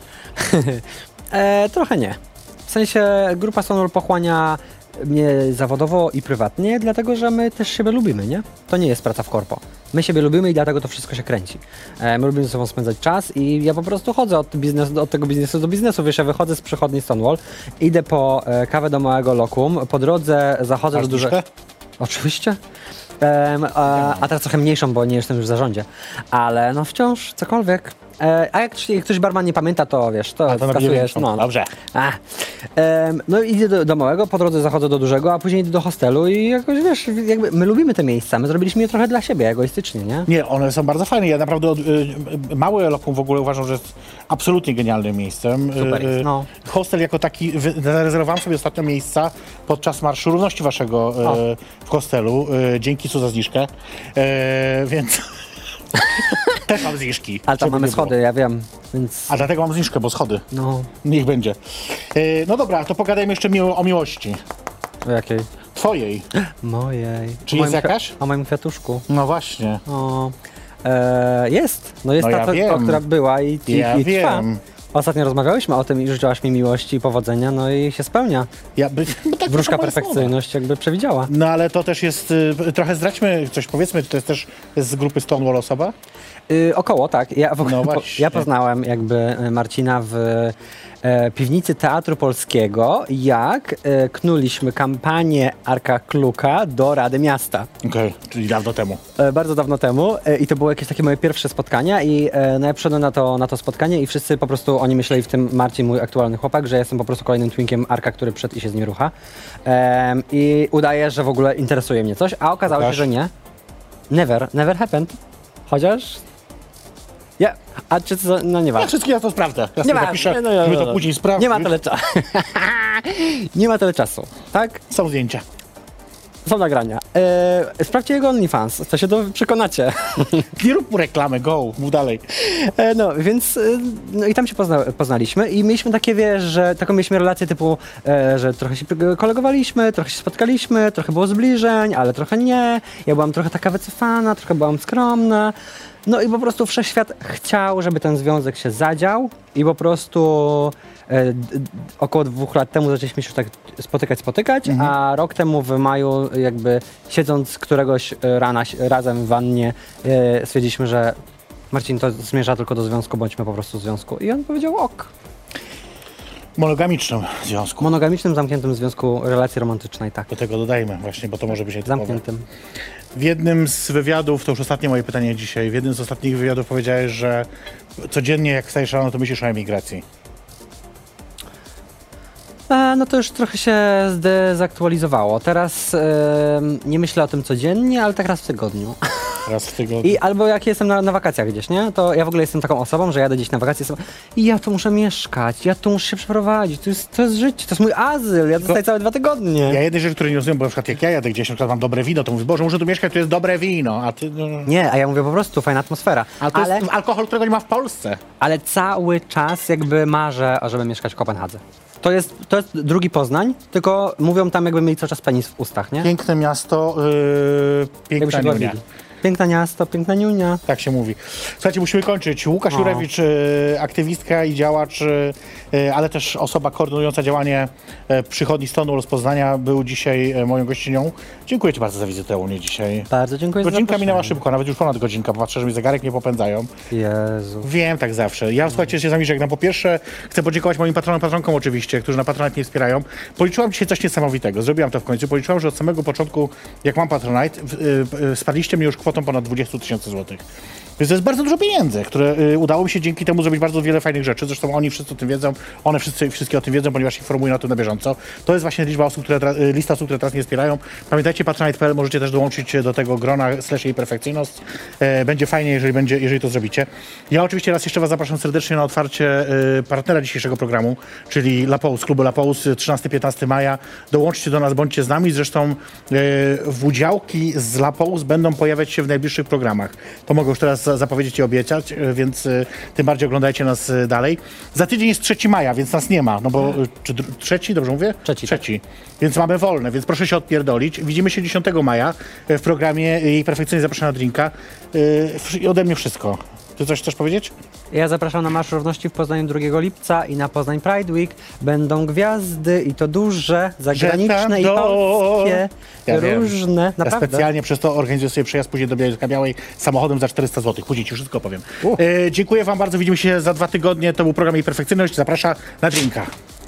E, trochę nie. W sensie grupa Stonewall pochłania mnie zawodowo i prywatnie, dlatego że my też siebie lubimy, nie? To nie jest praca w korpo. My siebie lubimy i dlatego to wszystko się kręci. E, my lubimy ze sobą spędzać czas i ja po prostu chodzę od, biznesu, od tego biznesu do biznesu. Wiesz, ja wychodzę z przychodni Stonewall, idę po e, kawę do małego lokum, po drodze zachodzę Masz do dużego... zniżkę? Oczywiście. Em, a, a teraz trochę mniejszą, bo nie jestem już w zarządzie. Ale no wciąż, cokolwiek. E, a jak ktoś, jak ktoś barman nie pamięta, to wiesz, to, A to napisze skasujesz. większą. No, Dobrze. a. Em, no i idę do, do małego, po drodze zachodzę do dużego, a później idę do hostelu i jakoś wiesz, jakby my lubimy te miejsca, my zrobiliśmy je trochę dla siebie, egoistycznie, nie? Nie, one są bardzo fajne. Ja naprawdę od, y, y, małe lokum w ogóle uważam, że jest absolutnie genialnym miejscem. Super Y, jest, y, no. Hostel jako taki, wy- zarezerwowałem sobie ostatnio miejsca podczas Marszu Równości waszego O. y, w hostelu. Y, dzięki Su za zniżkę. Y, więc też mam zniżki. Ale tam żeby mamy nie było. schody, ja wiem, więc A dlatego mam zniżkę, bo schody. no, Niech będzie. Y, no dobra, to pogadajmy jeszcze miło, o miłości. o jakiej? Twojej. Mojej. Czy O jest moim kwi- jakaś? O moim kwiatuszku. No właśnie. O, e, jest. No jest No ta, ja ta, wiem. ta, która była i, i, Ja i trwa. wiem. Ostatnio rozmawiałyśmy o tym i życzyłaś mi miłości i powodzenia, no i się spełnia. Ja by, bo tak Wróżka to są moje słowa. perfekcyjność jakby przewidziała. No ale to też jest, y, trochę zdradźmy coś, powiedzmy, to jest też z grupy Stonewall osoba? Y, około, tak. Ja, w ogóle, No po, właśnie. ja poznałem jakby e, Marcina w e, piwnicy Teatru Polskiego, jak e, knuliśmy kampanię Arka Kluka do Rady Miasta. Okej, czyli dawno temu. E, bardzo dawno temu e, i to było jakieś takie moje pierwsze spotkania i e, no ja przyszedłem na to, na to spotkanie i wszyscy po prostu, oni myśleli, w tym Marcin, mój aktualny chłopak, że jestem po prostu kolejnym twinkiem Arka, który przed i się z nim rucha. Em, I udaje, że w ogóle interesuje mnie coś, a okazało Pokaż. się, że nie. Never, never happened. Chociaż... Ja, a czy to, no Ja nieważne. wszystkie ja to sprawdzę. Ja sobie ma- zapiszę, no, no, żeby no, to no. później sprawdzić. Nie ma tyle czasu. Nie ma tyle czasu, tak? Są zdjęcia. Są nagrania. E, sprawdźcie jego OnlyFans, to się do, przekonacie. Nie rób mu reklamy, go, mów dalej. E, no, więc e, no i tam się pozna, poznaliśmy i mieliśmy takie, wiesz, że taką mieliśmy relację typu, e, że trochę się kolegowaliśmy, trochę się spotkaliśmy, trochę było zbliżeń, ale trochę nie. Ja byłam trochę taka wycofana, trochę byłam skromna. No i po prostu wszechświat chciał, żeby ten związek się zadział i po prostu e, d, d, około dwóch lat temu zaczęliśmy się już tak spotykać, spotykać, a rok temu w maju jakby siedząc któregoś rana si- razem w wannie e, stwierdziliśmy, że Marcin, to zmierza tylko do związku, bądźmy po prostu w związku. I on powiedział ok. Monogamicznym związku. Monogamicznym, zamkniętym związku relacji romantycznej, tak. Do tego dodajmy właśnie, bo to może być nietypowe. Zamkniętym. W jednym z wywiadów, to już ostatnie moje pytanie dzisiaj, w jednym z ostatnich wywiadów powiedziałeś, że codziennie jak wstajesz rano, to myślisz o emigracji. E, no to już trochę się zdezaktualizowało. Teraz e, nie myślę o tym codziennie, ale tak raz w tygodniu. Raz w tygodniu. I albo jak jestem na, na wakacjach gdzieś, nie? To ja w ogóle jestem taką osobą, że jadę gdzieś na wakacje sobie, i ja tu muszę mieszkać, ja tu muszę się przeprowadzić, to jest, to jest życie, to jest mój azyl, ja tutaj całe dwa tygodnie. Ja jednej rzeczy, której nie rozumiem, bo na przykład jak ja jadę gdzieś, na przykład mam dobre wino, to mówię, Boże, muszę tu mieszkać, to jest dobre wino, a ty... No, Nie, a ja mówię po prostu, fajna atmosfera. ale to Ale, jest alkohol, którego nie ma w Polsce. ale cały czas jakby marzę, żeby mieszkać w Kopenhadze. To jest, to jest drugi Poznań, tylko mówią tam jakby mieli cały czas penis w ustach, nie? Piękne miasto, yy, Jakby piękna się Niunia. bawili. Piękne miasto, piękna niunia. Tak się mówi. Słuchajcie, musimy kończyć. Łukasz O. Jurewicz, e, aktywistka i działacz, e, ale też osoba koordynująca działanie e, przychodni Stonewall z Poznania, był dzisiaj e, moją gościnią. Dziękuję ci bardzo za wizytę u mnie dzisiaj. Bardzo dziękuję za Godzinka zaproszenie. minęła szybko, nawet już ponad godzinka, patrzę, że mi zegarek nie popędzają. Jezu. Wiem, tak zawsze. Ja, słuchajcie, się z wami żegnam. Po pierwsze, chcę podziękować moim patronom, patronkom oczywiście, którzy na Patronite mnie wspierają. Policzyłam dzisiaj coś niesamowitego. Zrobiłam to w końcu. Policzyłam, że od samego początku, jak mam Patronite, w, y, y, spadliście mnie już kwotą ponad dwadzieścia tysięcy złotych. Więc to jest bardzo dużo pieniędzy, które y, udało mi się dzięki temu zrobić bardzo wiele fajnych rzeczy. Zresztą oni wszyscy o tym wiedzą, one wszyscy, wszystkie o tym wiedzą, ponieważ informują o tym na bieżąco. To jest właśnie liczba osób, które tra- y, lista osób, które teraz mnie wspierają. Pamiętajcie, patronite kropka p l możecie też dołączyć do tego grona slash jej perfekcyjność. E, będzie fajnie, jeżeli, będzie, jeżeli to zrobicie. Ja oczywiście raz jeszcze was zapraszam serdecznie na otwarcie y, partnera dzisiejszego programu, czyli La Pause, klubu La Pause, trzynastego do piętnastego maja. Dołączcie do nas, bądźcie z nami. Zresztą y, w udziałki z La Pause będą pojawiać się w najbliższych programach. To mogę już teraz zapowiedzieć i obiecać, więc y, tym bardziej oglądajcie nas y, dalej. Za tydzień jest trzeciego maja, więc nas nie ma, no bo y, czy dru- trzeci, dobrze mówię? Trzeci. Trzeci. Więc mamy wolne, więc proszę się odpierdolić. Widzimy się dziesiątego maja y, w programie Jej Perfekcyjnie Zapraszam na drinka. Y, I ode mnie wszystko. Ty coś chcesz powiedzieć? Ja zapraszam na Marsz Równości w Poznaniu drugiego lipca i na Poznań Pride Week będą gwiazdy i to duże, zagraniczne i do- polskie, Ja wiem. różne. Ja Naprawdę. specjalnie przez to organizuję sobie przejazd później do Białej Białej samochodem za czterysta złotych. Później ci wszystko powiem. Uh. E, dziękuję wam bardzo. Widzimy się za dwa tygodnie. To był program Jej Perfekcyjność. Zaprasza na drinka.